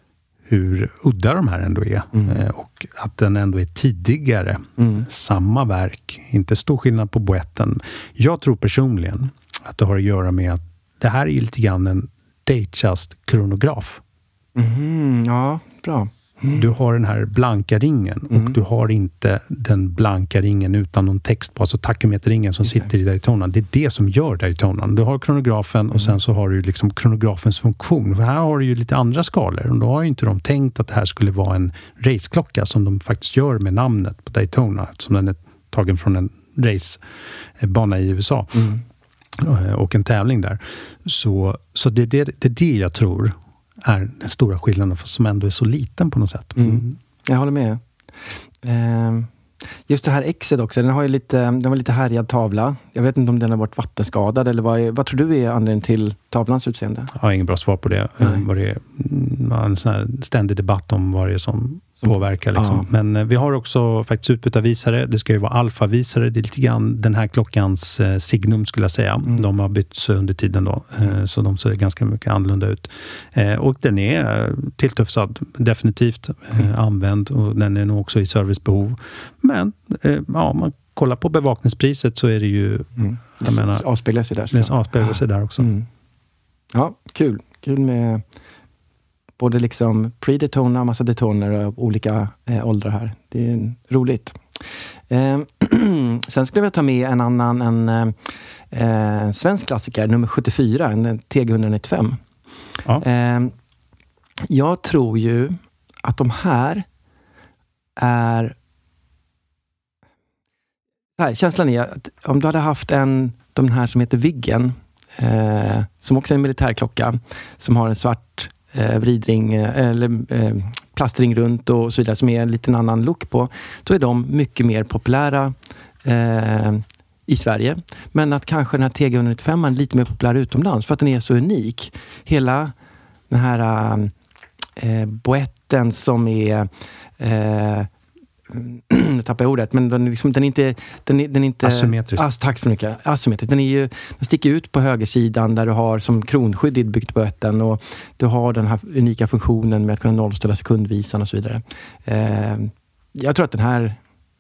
hur udda de här ändå är. Mm. Eh, och att den ändå är tidigare. Mm. Samma verk. Inte stor skillnad på boetten. Jag tror personligen att det har att göra med att det här är lite grann en Datejust-kronograf. Mm, ja, bra. Mm. Du har den här blanka ringen mm. och du har inte den blanka ringen utan någon text på, alltså takometerringen som okay. sitter i Daytonan. Det är det som gör Daytonan. Du har kronografen mm. och sen så har du liksom kronografens funktion. För här har du ju lite andra skalor och då har ju inte de tänkt att det här skulle vara en raceklocka som de faktiskt gör med namnet på Daytona, som den är tagen från en racebana i U S A. Mm. Och en tävling där. Så, så det, det, det är det jag tror är den stora skillnaden som ändå är så liten på något sätt. Mm. Mm. Jag håller med. Eh, just det här Xet också, den har ju lite, den var lite härjad tavla. Jag vet inte om den har varit vattenskadad eller vad, vad tror du är anledningen till tavlans utseende? Jag har ingen bra svar på det. Vad det är en sån här ständig debatt om vad det är som, som påverkar. Liksom. Ja. Men eh, vi har också faktiskt utbytarvisare. Det ska ju vara alfavisare. Det är lite grann den här klockans eh, signum skulle jag säga. Mm. De har bytts under tiden då. Eh, så de ser ganska mycket annorlunda ut. Eh, och den är tilltufsad. Definitivt eh, mm. använd. Och den är nog också i servicebehov. Men eh, ja, man kollar på bevakningspriset så är det ju... Mm. Jag menar, avspeglar sig där. Det avspeglar sig där också. Mm. Ja, kul. Kul med både liksom pre-Daytona, massa Daytoner och olika eh, åldrar här. Det är roligt. Eh, sen skulle jag ta med en annan, en, eh, en svensk klassiker, nummer sjuttiofyra, en T G etthundranittiofem. Ja. Eh, jag tror ju att de här är... Här, känslan är att om du hade haft en, de här som heter Viggen, eh, som också är en militärklocka, som har en svart eh, vridring, eh, eller eh, plastring runt och så vidare, som är en liten annan look på, då är de mycket mer populära eh, i Sverige. Men att kanske den här T G etthundranittiofem är lite mer populär utomlands, för att den är så unik. Hela den här eh, boetten som är... Eh, jag tappar ordet, men den, liksom, den är inte... Den är, den är inte asymmetrisk. As, tack så mycket. Asymmetrisk. Den, är ju, den sticker ut på högersidan där du har som kronskydd inbyggt på boetten, och du har den här unika funktionen med att kunna nollställa sekundvisan och så vidare. Eh, jag tror att den här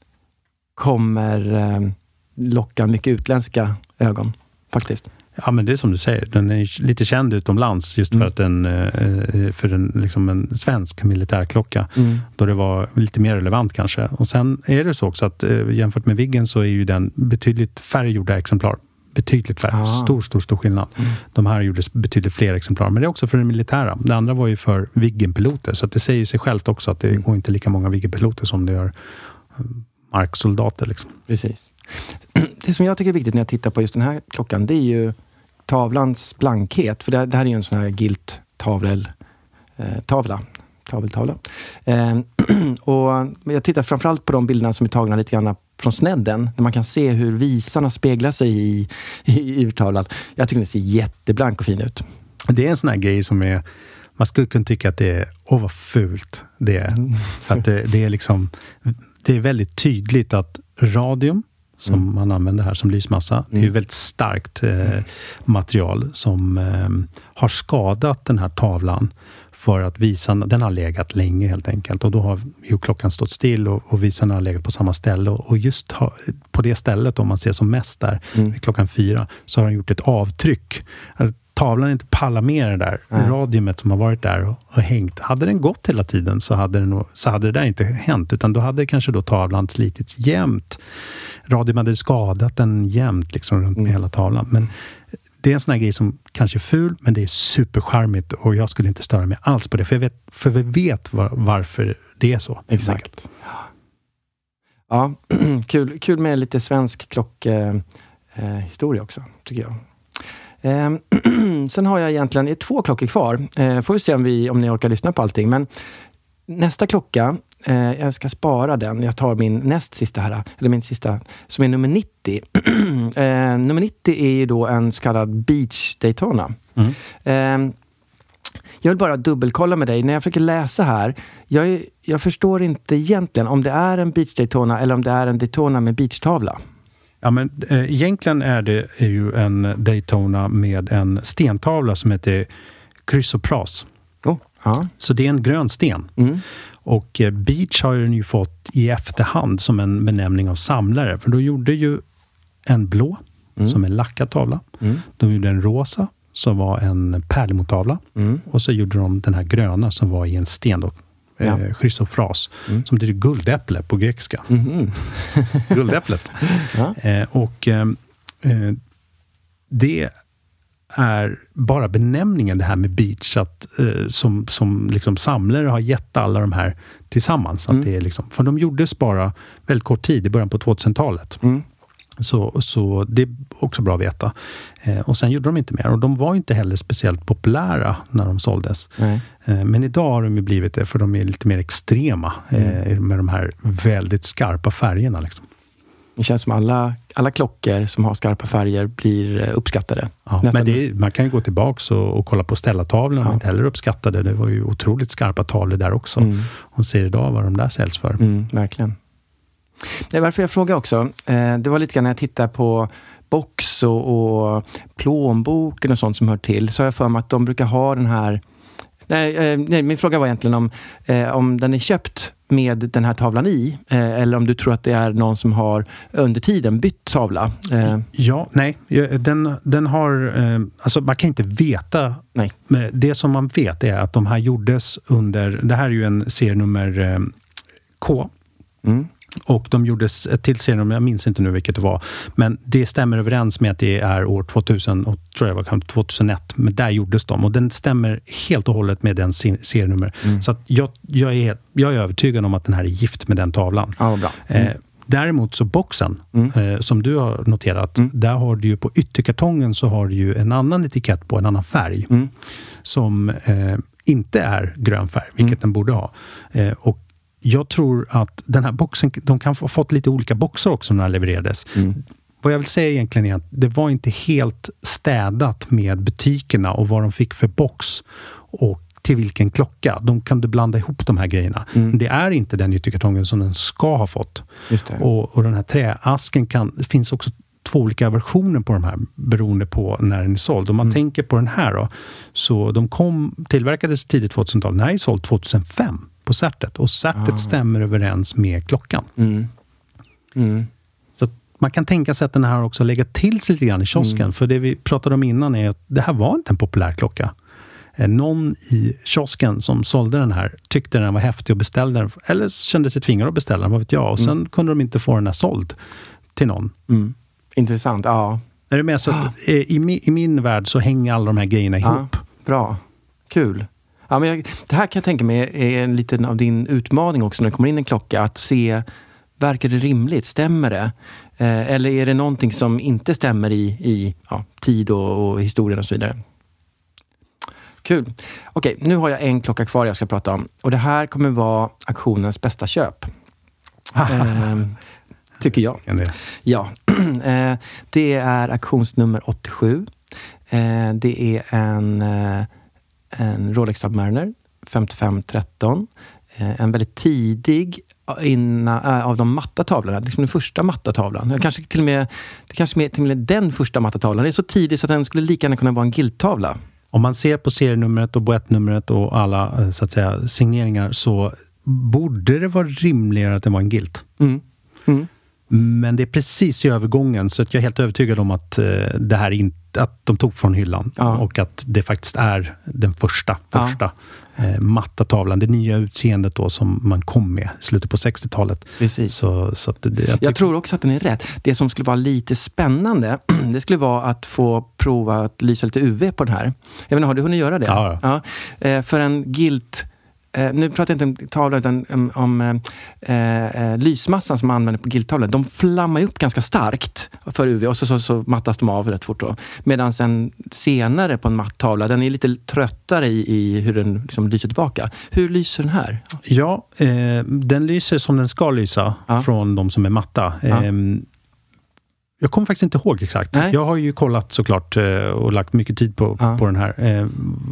kommer eh, locka mycket utländska ögon, faktiskt. Ja, men det är som du säger. Den är lite känd utomlands just för mm. att den för en, liksom en svensk militärklocka. Mm. Då det var lite mer relevant kanske. Och sen är det så också att jämfört med Viggen så är ju den betydligt färre gjorda exemplar. Betydligt färre. Ah. Stor, stor, stor skillnad. Mm. De här gjordes betydligt fler exemplar. Men det är också för den militära. Det andra var ju för Viggen-piloter. Så att det säger sig självt också att det mm. går inte lika många Viggen-piloter som det gör marksoldater. Liksom. Precis. Det som jag tycker är viktigt när jag tittar på just den här klockan, det är ju tavlans blankhet. För det, det här är ju en sån här gilt tavlel, eh, tavla. Taveltavla. Eh, och jag tittar framförallt på de bilderna som är tagna lite grann från snedden, där man kan se hur visarna speglar sig i, i, i urtavlan. Jag tycker det ser jätteblank och fin ut. Det är en sån här grej som är, man skulle kunna tycka att det är, åh vad fult det är. Mm. För att det, det är liksom, det är väldigt tydligt att radium som mm. man använder här som lysmassa, mm. det är ju väldigt starkt eh, mm. material som eh, har skadat den här tavlan för att visarna, den har legat länge helt enkelt, och då har ju klockan stått still och, och visarna har legat på samma ställe, och, och just ha, på det stället, om man ser som mest där mm. klockan fyra, så har den gjort ett avtryck. Tavlan inte pallar med det där mm. radiumet som har varit där och, och hängt. Hade den gått hela tiden så hade, det nog, så hade det där inte hänt, utan då hade kanske då tavlan slitits jämnt. Radium hade skadat den jämnt liksom runt med mm. hela tavlan. Men det är en sån här grej som kanske är ful, men det är supercharmigt, och jag skulle inte störa mig alls på det, för, jag vet, för vi vet var, varför det är så. Exakt. Ja, kul, kul med lite svensk klockhistoria eh, också, tycker jag. Eh, sen har jag egentligen två klockor kvar. Eh, får vi se om, vi, om ni orkar lyssna på allting. Men nästa klocka, eh, jag ska spara den. Jag tar min näst sista här, eller min sista, som är nummer nittio. eh, nummer nittio är ju då en så kallad Beach Daytona. Mm. Eh, jag vill bara dubbelkolla med dig. När jag försöker läsa här, jag, jag förstår inte egentligen om det är en Beach Daytona eller om det är en Daytona med beachtavla. Ja, men eh, egentligen är det är ju en Daytona med en stentavla som heter Chrysopras. Oh, ja. Så det är en grön sten. Mm. Och eh, Beach har den ju fått i efterhand som en benämning av samlare. För då gjorde ju en blå mm. som en lackad tavla. Mm. De gjorde en rosa som var en pärlemortavla. Mm. Och så gjorde de den här gröna som var i en sten då. Ja. Eh, Chrysopras, mm. som betyder guldäpple på grekiska. Mm-hmm. Guldäpplet. Ja. Eh, och eh, det är bara benämningen, det här med Beach, att, eh, som, som liksom samlare har gett alla de här tillsammans. Mm. Att det är liksom, för de gjordes bara väldigt kort tid i början på tvåtusentalet. Mm. Så, så det är också bra att veta. Eh, och sen gjorde de inte mer. Och de var inte heller speciellt populära när de såldes. Eh, men idag har de ju blivit det, för de är lite mer extrema. Mm. Eh, med de här väldigt skarpa färgerna. Liksom. Det känns som alla, alla klockor som har skarpa färger blir uppskattade. Ja, men det är, man kan ju gå tillbaka och, och kolla på ställartavlorna ja. och inte heller uppskattade. Det var ju otroligt skarpa tavlor där också. Mm. Och ser idag vad de där säljs för. Mm, verkligen. Det är varför jag frågar också. Eh, det var lite grann när jag tittar på box och, och plånboken och sånt som hör till. Så har jag för mig att de brukar ha den här... Nej, eh, nej min fråga var egentligen om, eh, om den är köpt med den här tavlan i. Eh, eller om du tror att det är någon som har under tiden bytt tavla. Eh. Ja, nej. Den, den har... Eh, alltså man kan inte veta. Nej. Det som man vet är att de här gjordes under... Det här är ju en serienummer eh, K. Mm. Och de gjordes till serienummer, jag minns inte nu vilket det var. Men det stämmer överens med att det är år tvåtusen och tror jag var tvåtusenett. Men där gjordes de. Och den stämmer helt och hållet med den serienummer. Mm. Så att jag, jag, är, jag är övertygad om att den här är gift med den tavlan. Ja, bra. Mm. Eh, däremot så boxen, mm. eh, som du har noterat, mm. där har du ju på ytterkartongen så har du ju en annan etikett på en annan färg. Mm. Som eh, inte är grön färg, vilket mm. den borde ha. Eh, och jag tror att den här boxen, de kan ha fått lite olika boxar också när det levererades. Mm. Vad jag vill säga egentligen är att det var inte helt städat med butikerna och vad de fick för box och till vilken klocka. De kunde blanda ihop de här grejerna. Mm. Det är inte den ytterkartongen som den ska ha fått. Just det. Och, och den här träasken kan, det finns också två olika versioner på de här beroende på när den är såld. Om man mm. tänker på den här då, så de kom, tillverkades tidigt tvåtusental. Den här är såld tvåtusenfem. På certet. Och certet ah. stämmer överens med klockan. Mm. Mm. Så att man kan tänka sig att den här också lägger till sig lite grann i kiosken. Mm. För det vi pratade om innan är att det här var inte en populär klocka. Eh, någon i kiosken som sålde den här tyckte den var häftig och beställde den. Eller kände sig tvingad att beställa den, vad vet jag. Och sen mm. kunde de inte få den här såld till någon. Mm. Intressant, ja. Är det med så att eh, i, mi, i min värld så hänger alla de här grejerna ihop. Ja, bra. Kul. Ja, men jag, det här kan jag tänka mig är en liten av din utmaning också när det kommer in en klocka. Att se, verkar det rimligt? Stämmer det? Eh, eller är det någonting som inte stämmer i, i ja, tid och, och historien och så vidare? Kul. Okej, nu har jag en klocka kvar jag ska prata om. Och det här kommer vara auktionens bästa köp. eh, tycker jag. Ja. eh, det är auktionsnummer åttiosju. Eh, det är en... Eh, en Rolex Submariner femtiofem tretton. Eh, en väldigt tidig inna, äh, av de matta tavlorna. Liksom den första matta tavlan. Kanske till och med, det kanske med, till och med den första matta tavlan. Det är så tidigt så att den skulle lika gärna kunna vara en guldtavla. Om man ser på serienumret och boettnumret och alla så att säga, signeringar så borde det vara rimligare att det var en gilt. Mm. Mm. Men det är precis i övergången så att jag är helt övertygad om att eh, det här inte att de tog från hyllan ja. och att det faktiskt är den första första ja. eh, matta tavlan, det nya utseendet då som man kom med i slutet på sextiotalet. Precis. Så, så att det, jag, jag tror också att den är rätt. Det som skulle vara lite spännande det skulle vara att få prova att lysa lite U V på den här. Jag vet inte, har du hunnit göra det? Ja. ja. Eh, för en gilt Eh, nu pratar jag inte om tavlan utan um, om eh, eh, lysmassan som man använder på gildtavlan. De flammar upp ganska starkt för U V och så, så, så mattas de av rätt fort då. Medan en senare på en mattavla, den är lite tröttare i, i hur den liksom lyser tillbaka. Hur lyser den här? Ja, eh, den lyser som den ska lysa ja. från de som är matta. Ja. Eh, jag kommer faktiskt inte ihåg exakt. Nej. Jag har ju kollat såklart eh, och lagt mycket tid på, ja. på den här. Eh,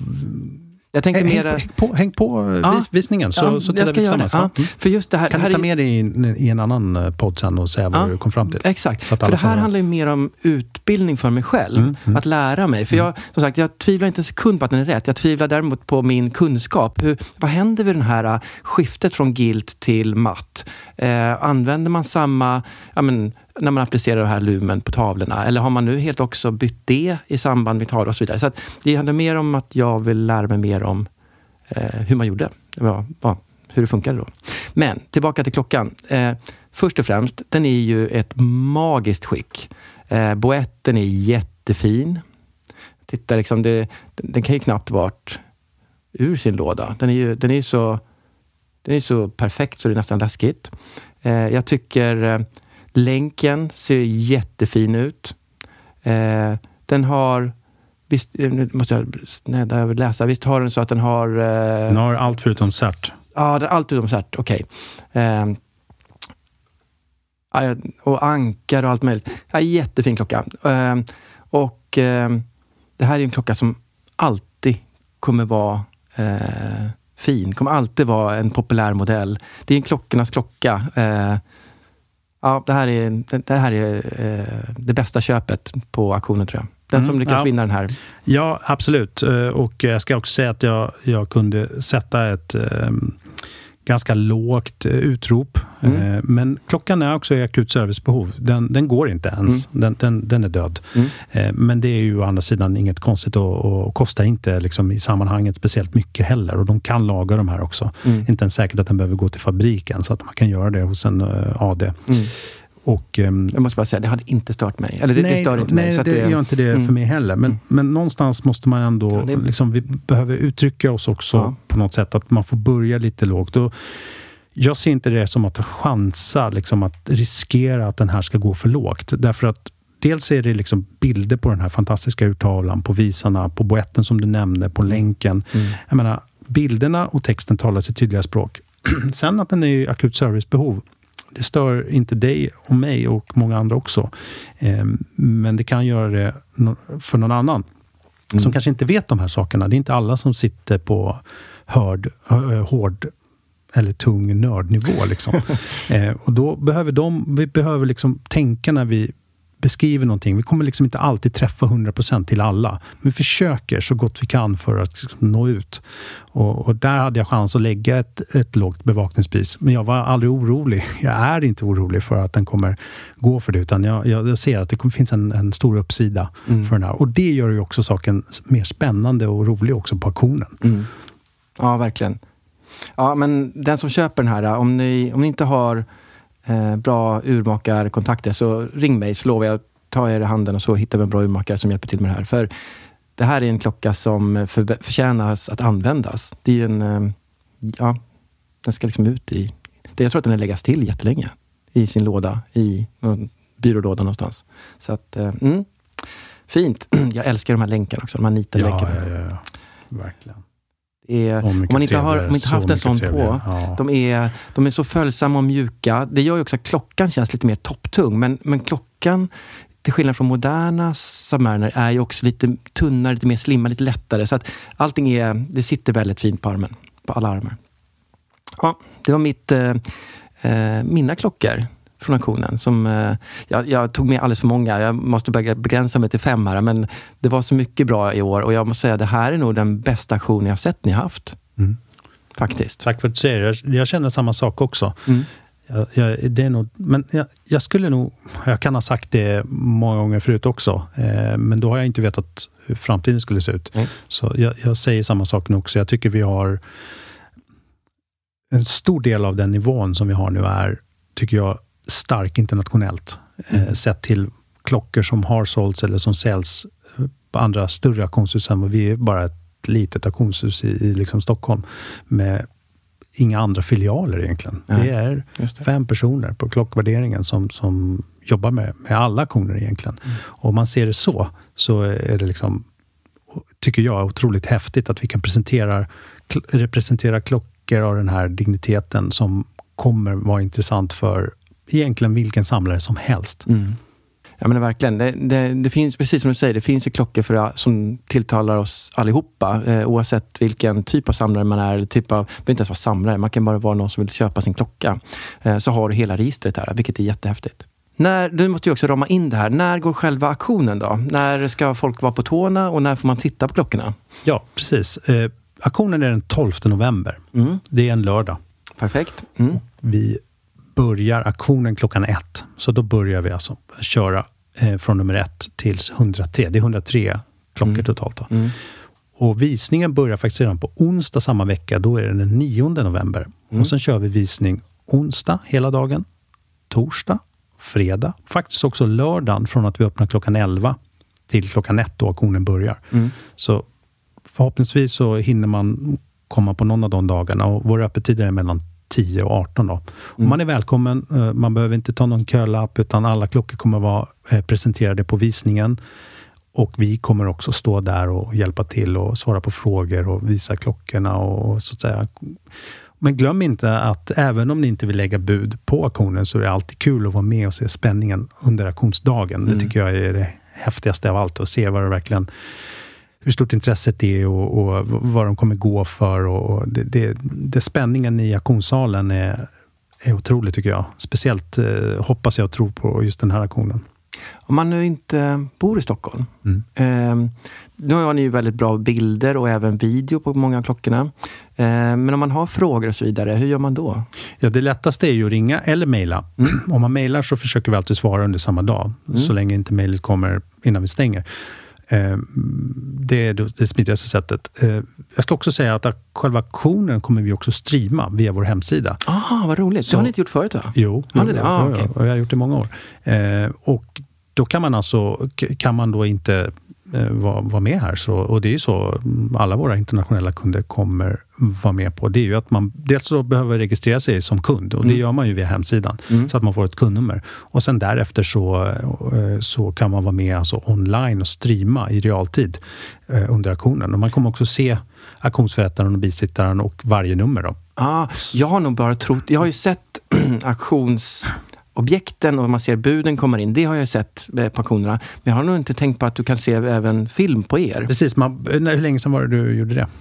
Jag tänkte häng, mera... häng, på, häng på ja. vis, visningen så, ja, så tittar vi tillsammans. Ja. Mm. För just det här, kan det här du ta är... med dig i, i en annan podd sen och säga vad ja, du kom fram till? Exakt. För det här handlar ju mer om utbildning för mig själv. Mm, mm. Att lära mig. För jag, som sagt, jag tvivlar inte en sekund på att den är rätt. Jag tvivlar däremot på min kunskap. Hur, vad händer vid den här skiftet från gilt till matt? Eh, använder man samma... Ja, men, när man applicerar det här lumen på tavlorna? Eller har man nu helt också bytt det i samband med tavlor och så vidare? Så att det handlar mer om att jag vill lära mig mer om eh, hur man gjorde. Ja, ja, hur det funkade då. Men tillbaka till klockan. Eh, först och främst, den är ju ett magiskt skick. Eh, boetten är jättefin. Titta, liksom, det, den kan ju knappt varit ur sin låda. Den är ju den är så, den är så perfekt så det är nästan läskigt. Eh, jag tycker... Eh, länken ser jättefin ut. Eh, den har... Visst, nu måste jag snälla över läsa. Visst har den så att den har... Eh, den har allt förutom cert. Ja, den har allt förutom cert. Okej. Okay. Eh, Ja, och ankar och allt möjligt. Ja, jättefin klocka. Uh, och uh, det här är en klocka som alltid kommer vara uh, fin. Kommer alltid vara en populär modell. Det är en klockornas klocka. Uh, ja, det här är, det här är uh, det bästa köpet på auktionen, tror jag. Den mm, som lyckas ja. vinna den här. Ja, absolut. Och jag ska också säga att jag, jag kunde sätta ett um, ganska lågt utrop. Mm. Men klockan är också i akut servicebehov. Den, den går inte ens. Mm. Den, den, den är död. Mm. Men det är ju å andra sidan inget konstigt och, och kostar inte liksom i sammanhanget speciellt mycket heller. Och de kan laga de här också. Mm. Inte ens säkert att den behöver gå till fabriken, så att man kan göra det hos en uh, A D. Mm. Och, um, jag måste bara säga, det hade inte stört mig. Eller det, nej, det stör inte nej, mig. Nej, det, det gör inte det mm. för mig heller. Men, mm. men någonstans måste man ändå, ja, det... liksom, vi behöver uttrycka oss också ja. på något sätt. Att man får börja lite lågt. Och jag ser inte det som att chansa, liksom, att riskera att den här ska gå för lågt. Därför att dels är det liksom bilder på den här fantastiska urtavlan, på visarna, på boetten som du nämnde, på länken. Mm. Jag menar, bilderna och texten talar sitt tydliga språk. Sen att den är i akut servicebehov, det stör inte dig och mig och många andra också. Eh, men det kan göra det för någon annan mm. som kanske inte vet de här sakerna. Det är inte alla som sitter på hörd, hård eller tung nördnivå. Liksom. eh, och då behöver de, vi behöver liksom tänka när vi beskriver någonting. Vi kommer liksom inte alltid träffa hundra procent till alla. Men vi försöker så gott vi kan för att liksom nå ut. Och, och där hade jag chans att lägga ett, ett lågt bevakningspris. Men jag var aldrig orolig. Jag är inte orolig för att den kommer gå för det. Utan jag, jag ser att det kommer, finns en, en stor uppsida mm. för den här. Och det gör ju också saken mer spännande och rolig också på auktionen. Mm. Ja, verkligen. Ja, men den som köper den här, om ni, om ni inte har Eh, bra urmakarkontakter, så ring mig, så lovar jag att ta er i handen och så hittar vi en bra urmakare som hjälper till med det här. För det här är en klocka som för, förtjänas att användas. Det är ju en, eh, ja, den ska liksom ut i, det, jag tror att den är läggas till jättelänge i sin låda, i någon byrålåda någonstans. Så att, eh, mm, fint. Jag älskar de här länkarna också, de här nitade ja, länkarna. Ja, ja, ja. Verkligen. Är, om man inte har, om man inte haft en sån på, ja. de, är, de är så följsamma och mjuka. Det gör ju också att klockan känns lite mer topptung. Men, men klockan, till skillnad från moderna Submariner, är ju också lite tunnare, lite mer slimmad, lite lättare. Så att allting är, det sitter väldigt fint på armen, på alla armar. Ja, det var mitt, eh, mina klockor från auktionen. Som, eh, jag, jag tog med alldeles för många. Jag måste begränsa mig till fem här. Men det var så mycket bra i år. Och jag måste säga att det här är nog den bästa auktion jag har sett ni har haft. Mm. Faktiskt. Tack för att du säger. Jag, jag känner samma sak också. Mm. Jag, jag, det är nog, men jag, jag skulle nog... Jag kan ha sagt det många gånger förut också. Eh, men då har jag inte vetat hur framtiden skulle se ut. Mm. Så jag, jag säger samma sak nu också. Jag tycker vi har... En stor del av den nivån som vi har nu är, tycker jag, stark internationellt. Mm. Eh, sett till klockor som har sålts eller som säljs på andra större auktionshus än vad vi är bara ett litet auktionshus i, i liksom Stockholm med inga andra filialer egentligen. Ja, det är det. fem personer på klockvärderingen som, som jobbar med, med alla auktioner egentligen. Mm. Och om man ser det så, så är det liksom, tycker jag, otroligt häftigt att vi kan presentera, representera klockor av den här digniteten som kommer vara intressant för egentligen vilken samlare som helst. Mm. Ja, men det, verkligen. Det, det, det finns, precis som du säger, det finns ju klockor för, som tilltalar oss allihopa. Eh, oavsett vilken typ av samlare man är. Eller typ av, behöver inte ens vara samlare. Man kan bara vara någon som vill köpa sin klocka. Eh, så har du hela registret här, vilket är jättehäftigt. När, du måste ju också rama in det här. När går själva auktionen då? När ska folk vara på tårna och när får man titta på klockorna? Ja, precis. Eh, auktionen är den tolfte november. Mm. Det är en lördag. Perfekt. Mm. Vi börjar auktionen klockan ett. Så då börjar vi alltså köra eh, från nummer ett till hundratre. Det är hundratre klockor mm. totalt då. Mm. Och visningen börjar faktiskt redan på onsdag samma vecka. Då är det den nionde november. Mm. Och sen kör vi visning onsdag hela dagen. Torsdag, fredag. Faktiskt också lördagen från att vi öppnar klockan elva till klockan ett då auktionen börjar. Mm. Så förhoppningsvis så hinner man komma på någon av de dagarna. Och våra öppettider är mellan tio och arton då. Och mm. man är välkommen, man behöver inte ta någon kölapp utan alla klockor kommer vara presenterade på visningen och vi kommer också stå där och hjälpa till och svara på frågor och visa klockorna och så att säga Men glöm inte att även om ni inte vill lägga bud på auktionen så är det alltid kul att vara med och se spänningen under auktionsdagen. Mm. Det tycker jag är det häftigaste av allt. Att se vad det verkligen, hur stort intresset är och, och vad de kommer gå för. Och det, det, det spänningen i auktionssalen är, är otroligt tycker jag. Speciellt eh, hoppas jag tror på just den här auktionen. Om man nu inte bor i Stockholm. Mm. Eh, nu har ni ju väldigt bra bilder och även video på många av klockorna. Eh, men om man har frågor och så vidare, hur gör man då? Ja, det lättaste är ju att ringa eller mejla. Mm. Om man mejlar så försöker vi alltid svara under samma dag. Mm. Så länge inte mejlet kommer innan vi stänger. Eh, det är det smidigaste sättet. Eh, jag ska också säga att själva auktionen kommer vi också streama via vår hemsida. Ah, vad roligt. Så, det har ni inte gjort förut va? Jo, har ni det? Ah, okay. Jag har gjort det i många år. Eh, och då kan man alltså kan man då inte eh, vara, vara med här. Så, och det är ju så alla våra internationella kunder kommer vara med på. Det är ju att man dels så behöver registrera sig som kund. Och det mm. gör man ju via hemsidan. Mm. Så att man får ett kundnummer. Och sen därefter så, eh, så kan man vara med alltså online och streama i realtid eh, under auktionen. Och man kommer också se auktionsförrättaren och bisittaren och varje nummer då. Ah, jag har nog bara trott, jag har ju sett auktions objekten och man ser buden kommer in. Det har jag sett på auktionerna. Men jag har nog inte tänkt på att du kan se även film på er. Precis. Man, hur länge sedan var det du gjorde det?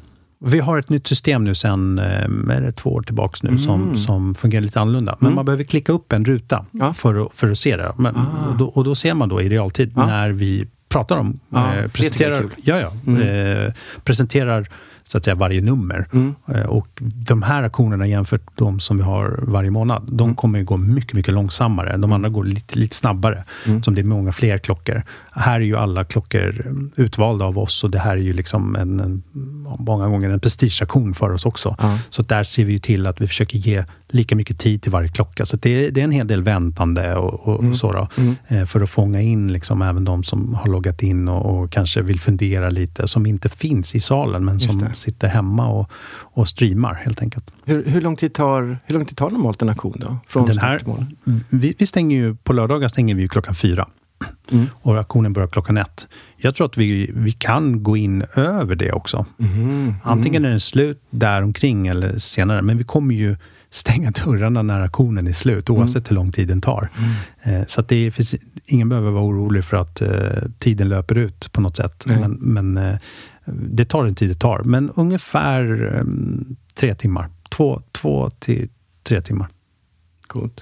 Vi har ett nytt system nu sedan är det två år tillbaks nu mm. som, som fungerar lite annorlunda. Men mm. man behöver klicka upp en ruta ja. för, att, för att se det. Men, ah. och, då, och då ser man då i realtid ah. när vi pratar om ah, eh, presenterar, ja, ja, mm. eh, presenterar så att säga varje nummer. Mm. Och de här auktionerna jämfört med de som vi har varje månad, de mm. kommer ju gå mycket, mycket långsammare. De andra går lite, lite snabbare, mm. som det är många fler klockor. Här är ju alla klockor utvalda av oss och det här är ju liksom en, en många gånger en prestigeauktion för oss också. Mm. Så där ser vi ju till att vi försöker ge lika mycket tid till varje klocka. Så det är, det är en hel del väntande och, och mm. så då, mm. för att fånga in liksom även de som har loggat in och, och kanske vill fundera lite, som inte finns i salen men som sitter hemma och, och streamar helt enkelt. Hur, hur lång tid tar hur lång tid tar normalt en auktion då? Från den här, vi, vi stänger ju, på lördagar stänger vi ju klockan fyra. Mm. Och auktionen börjar klockan ett. Jag tror att vi, vi kan gå in över det också. Mm. Antingen är den slut där omkring eller senare. Men vi kommer ju stänga dörrarna när auktionen är slut, oavsett mm. hur lång tid den tar. Mm. Eh, så att det finns, ingen behöver vara orolig för att eh, tiden löper ut på något sätt. Mm. Men, men eh, det tar en tid det tar. Men ungefär eh, tre timmar. Två, två till tre timmar. Coolt.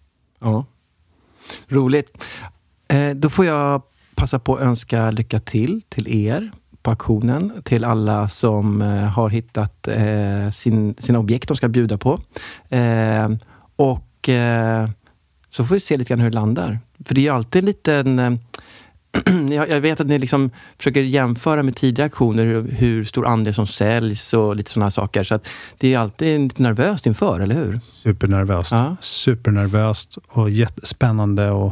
Ja. Roligt. Eh, då får jag passa på att önska lycka till till er på auktionen, till alla som eh, har hittat eh, sin, sina objekt de ska bjuda på. Eh, och eh, så får vi se lite grann hur det landar. För det är ju alltid en liten... Eh, jag, jag vet att ni liksom försöker jämföra med tidigare auktioner hur, hur stor andel som säljs och lite sådana saker. Så att det är alltid lite nervöst inför, eller hur? Supernervöst. Ja. Supernervöst och jättespännande och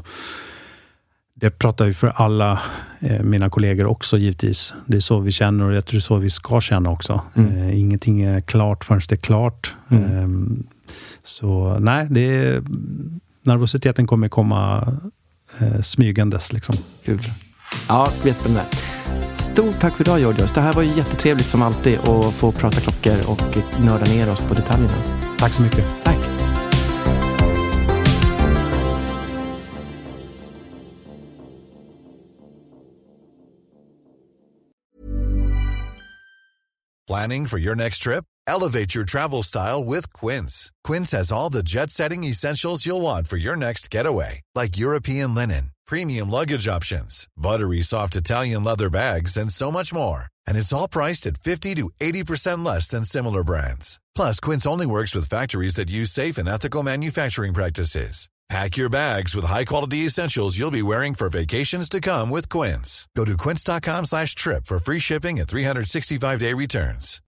det pratar ju för alla eh, mina kollegor också givetvis. Det är så vi känner och jag tror det är så vi ska känna också. Mm. Eh, ingenting är klart förrän det är klart. Mm. Eh, så nej, det är, nervositeten kommer komma eh, smygandes liksom. Kul. Ja, vet på den där. Stort tack för idag, Georgios. Det här var ju jättetrevligt som alltid att få prata klockor och nörda ner oss på detaljerna. Tack så mycket. Tack. Planning for your next trip? Elevate your travel style with Quince. Quince has all the jet-setting essentials you'll want for your next getaway, like European linen, premium luggage options, buttery soft Italian leather bags, and so much more. And it's all priced at fifty to eighty percent less than similar brands. Plus, Quince only works with factories that use safe and ethical manufacturing practices. Pack your bags with high-quality essentials you'll be wearing for vacations to come with Quince. Go to quince dot com slash trip for free shipping and three sixty-five day returns.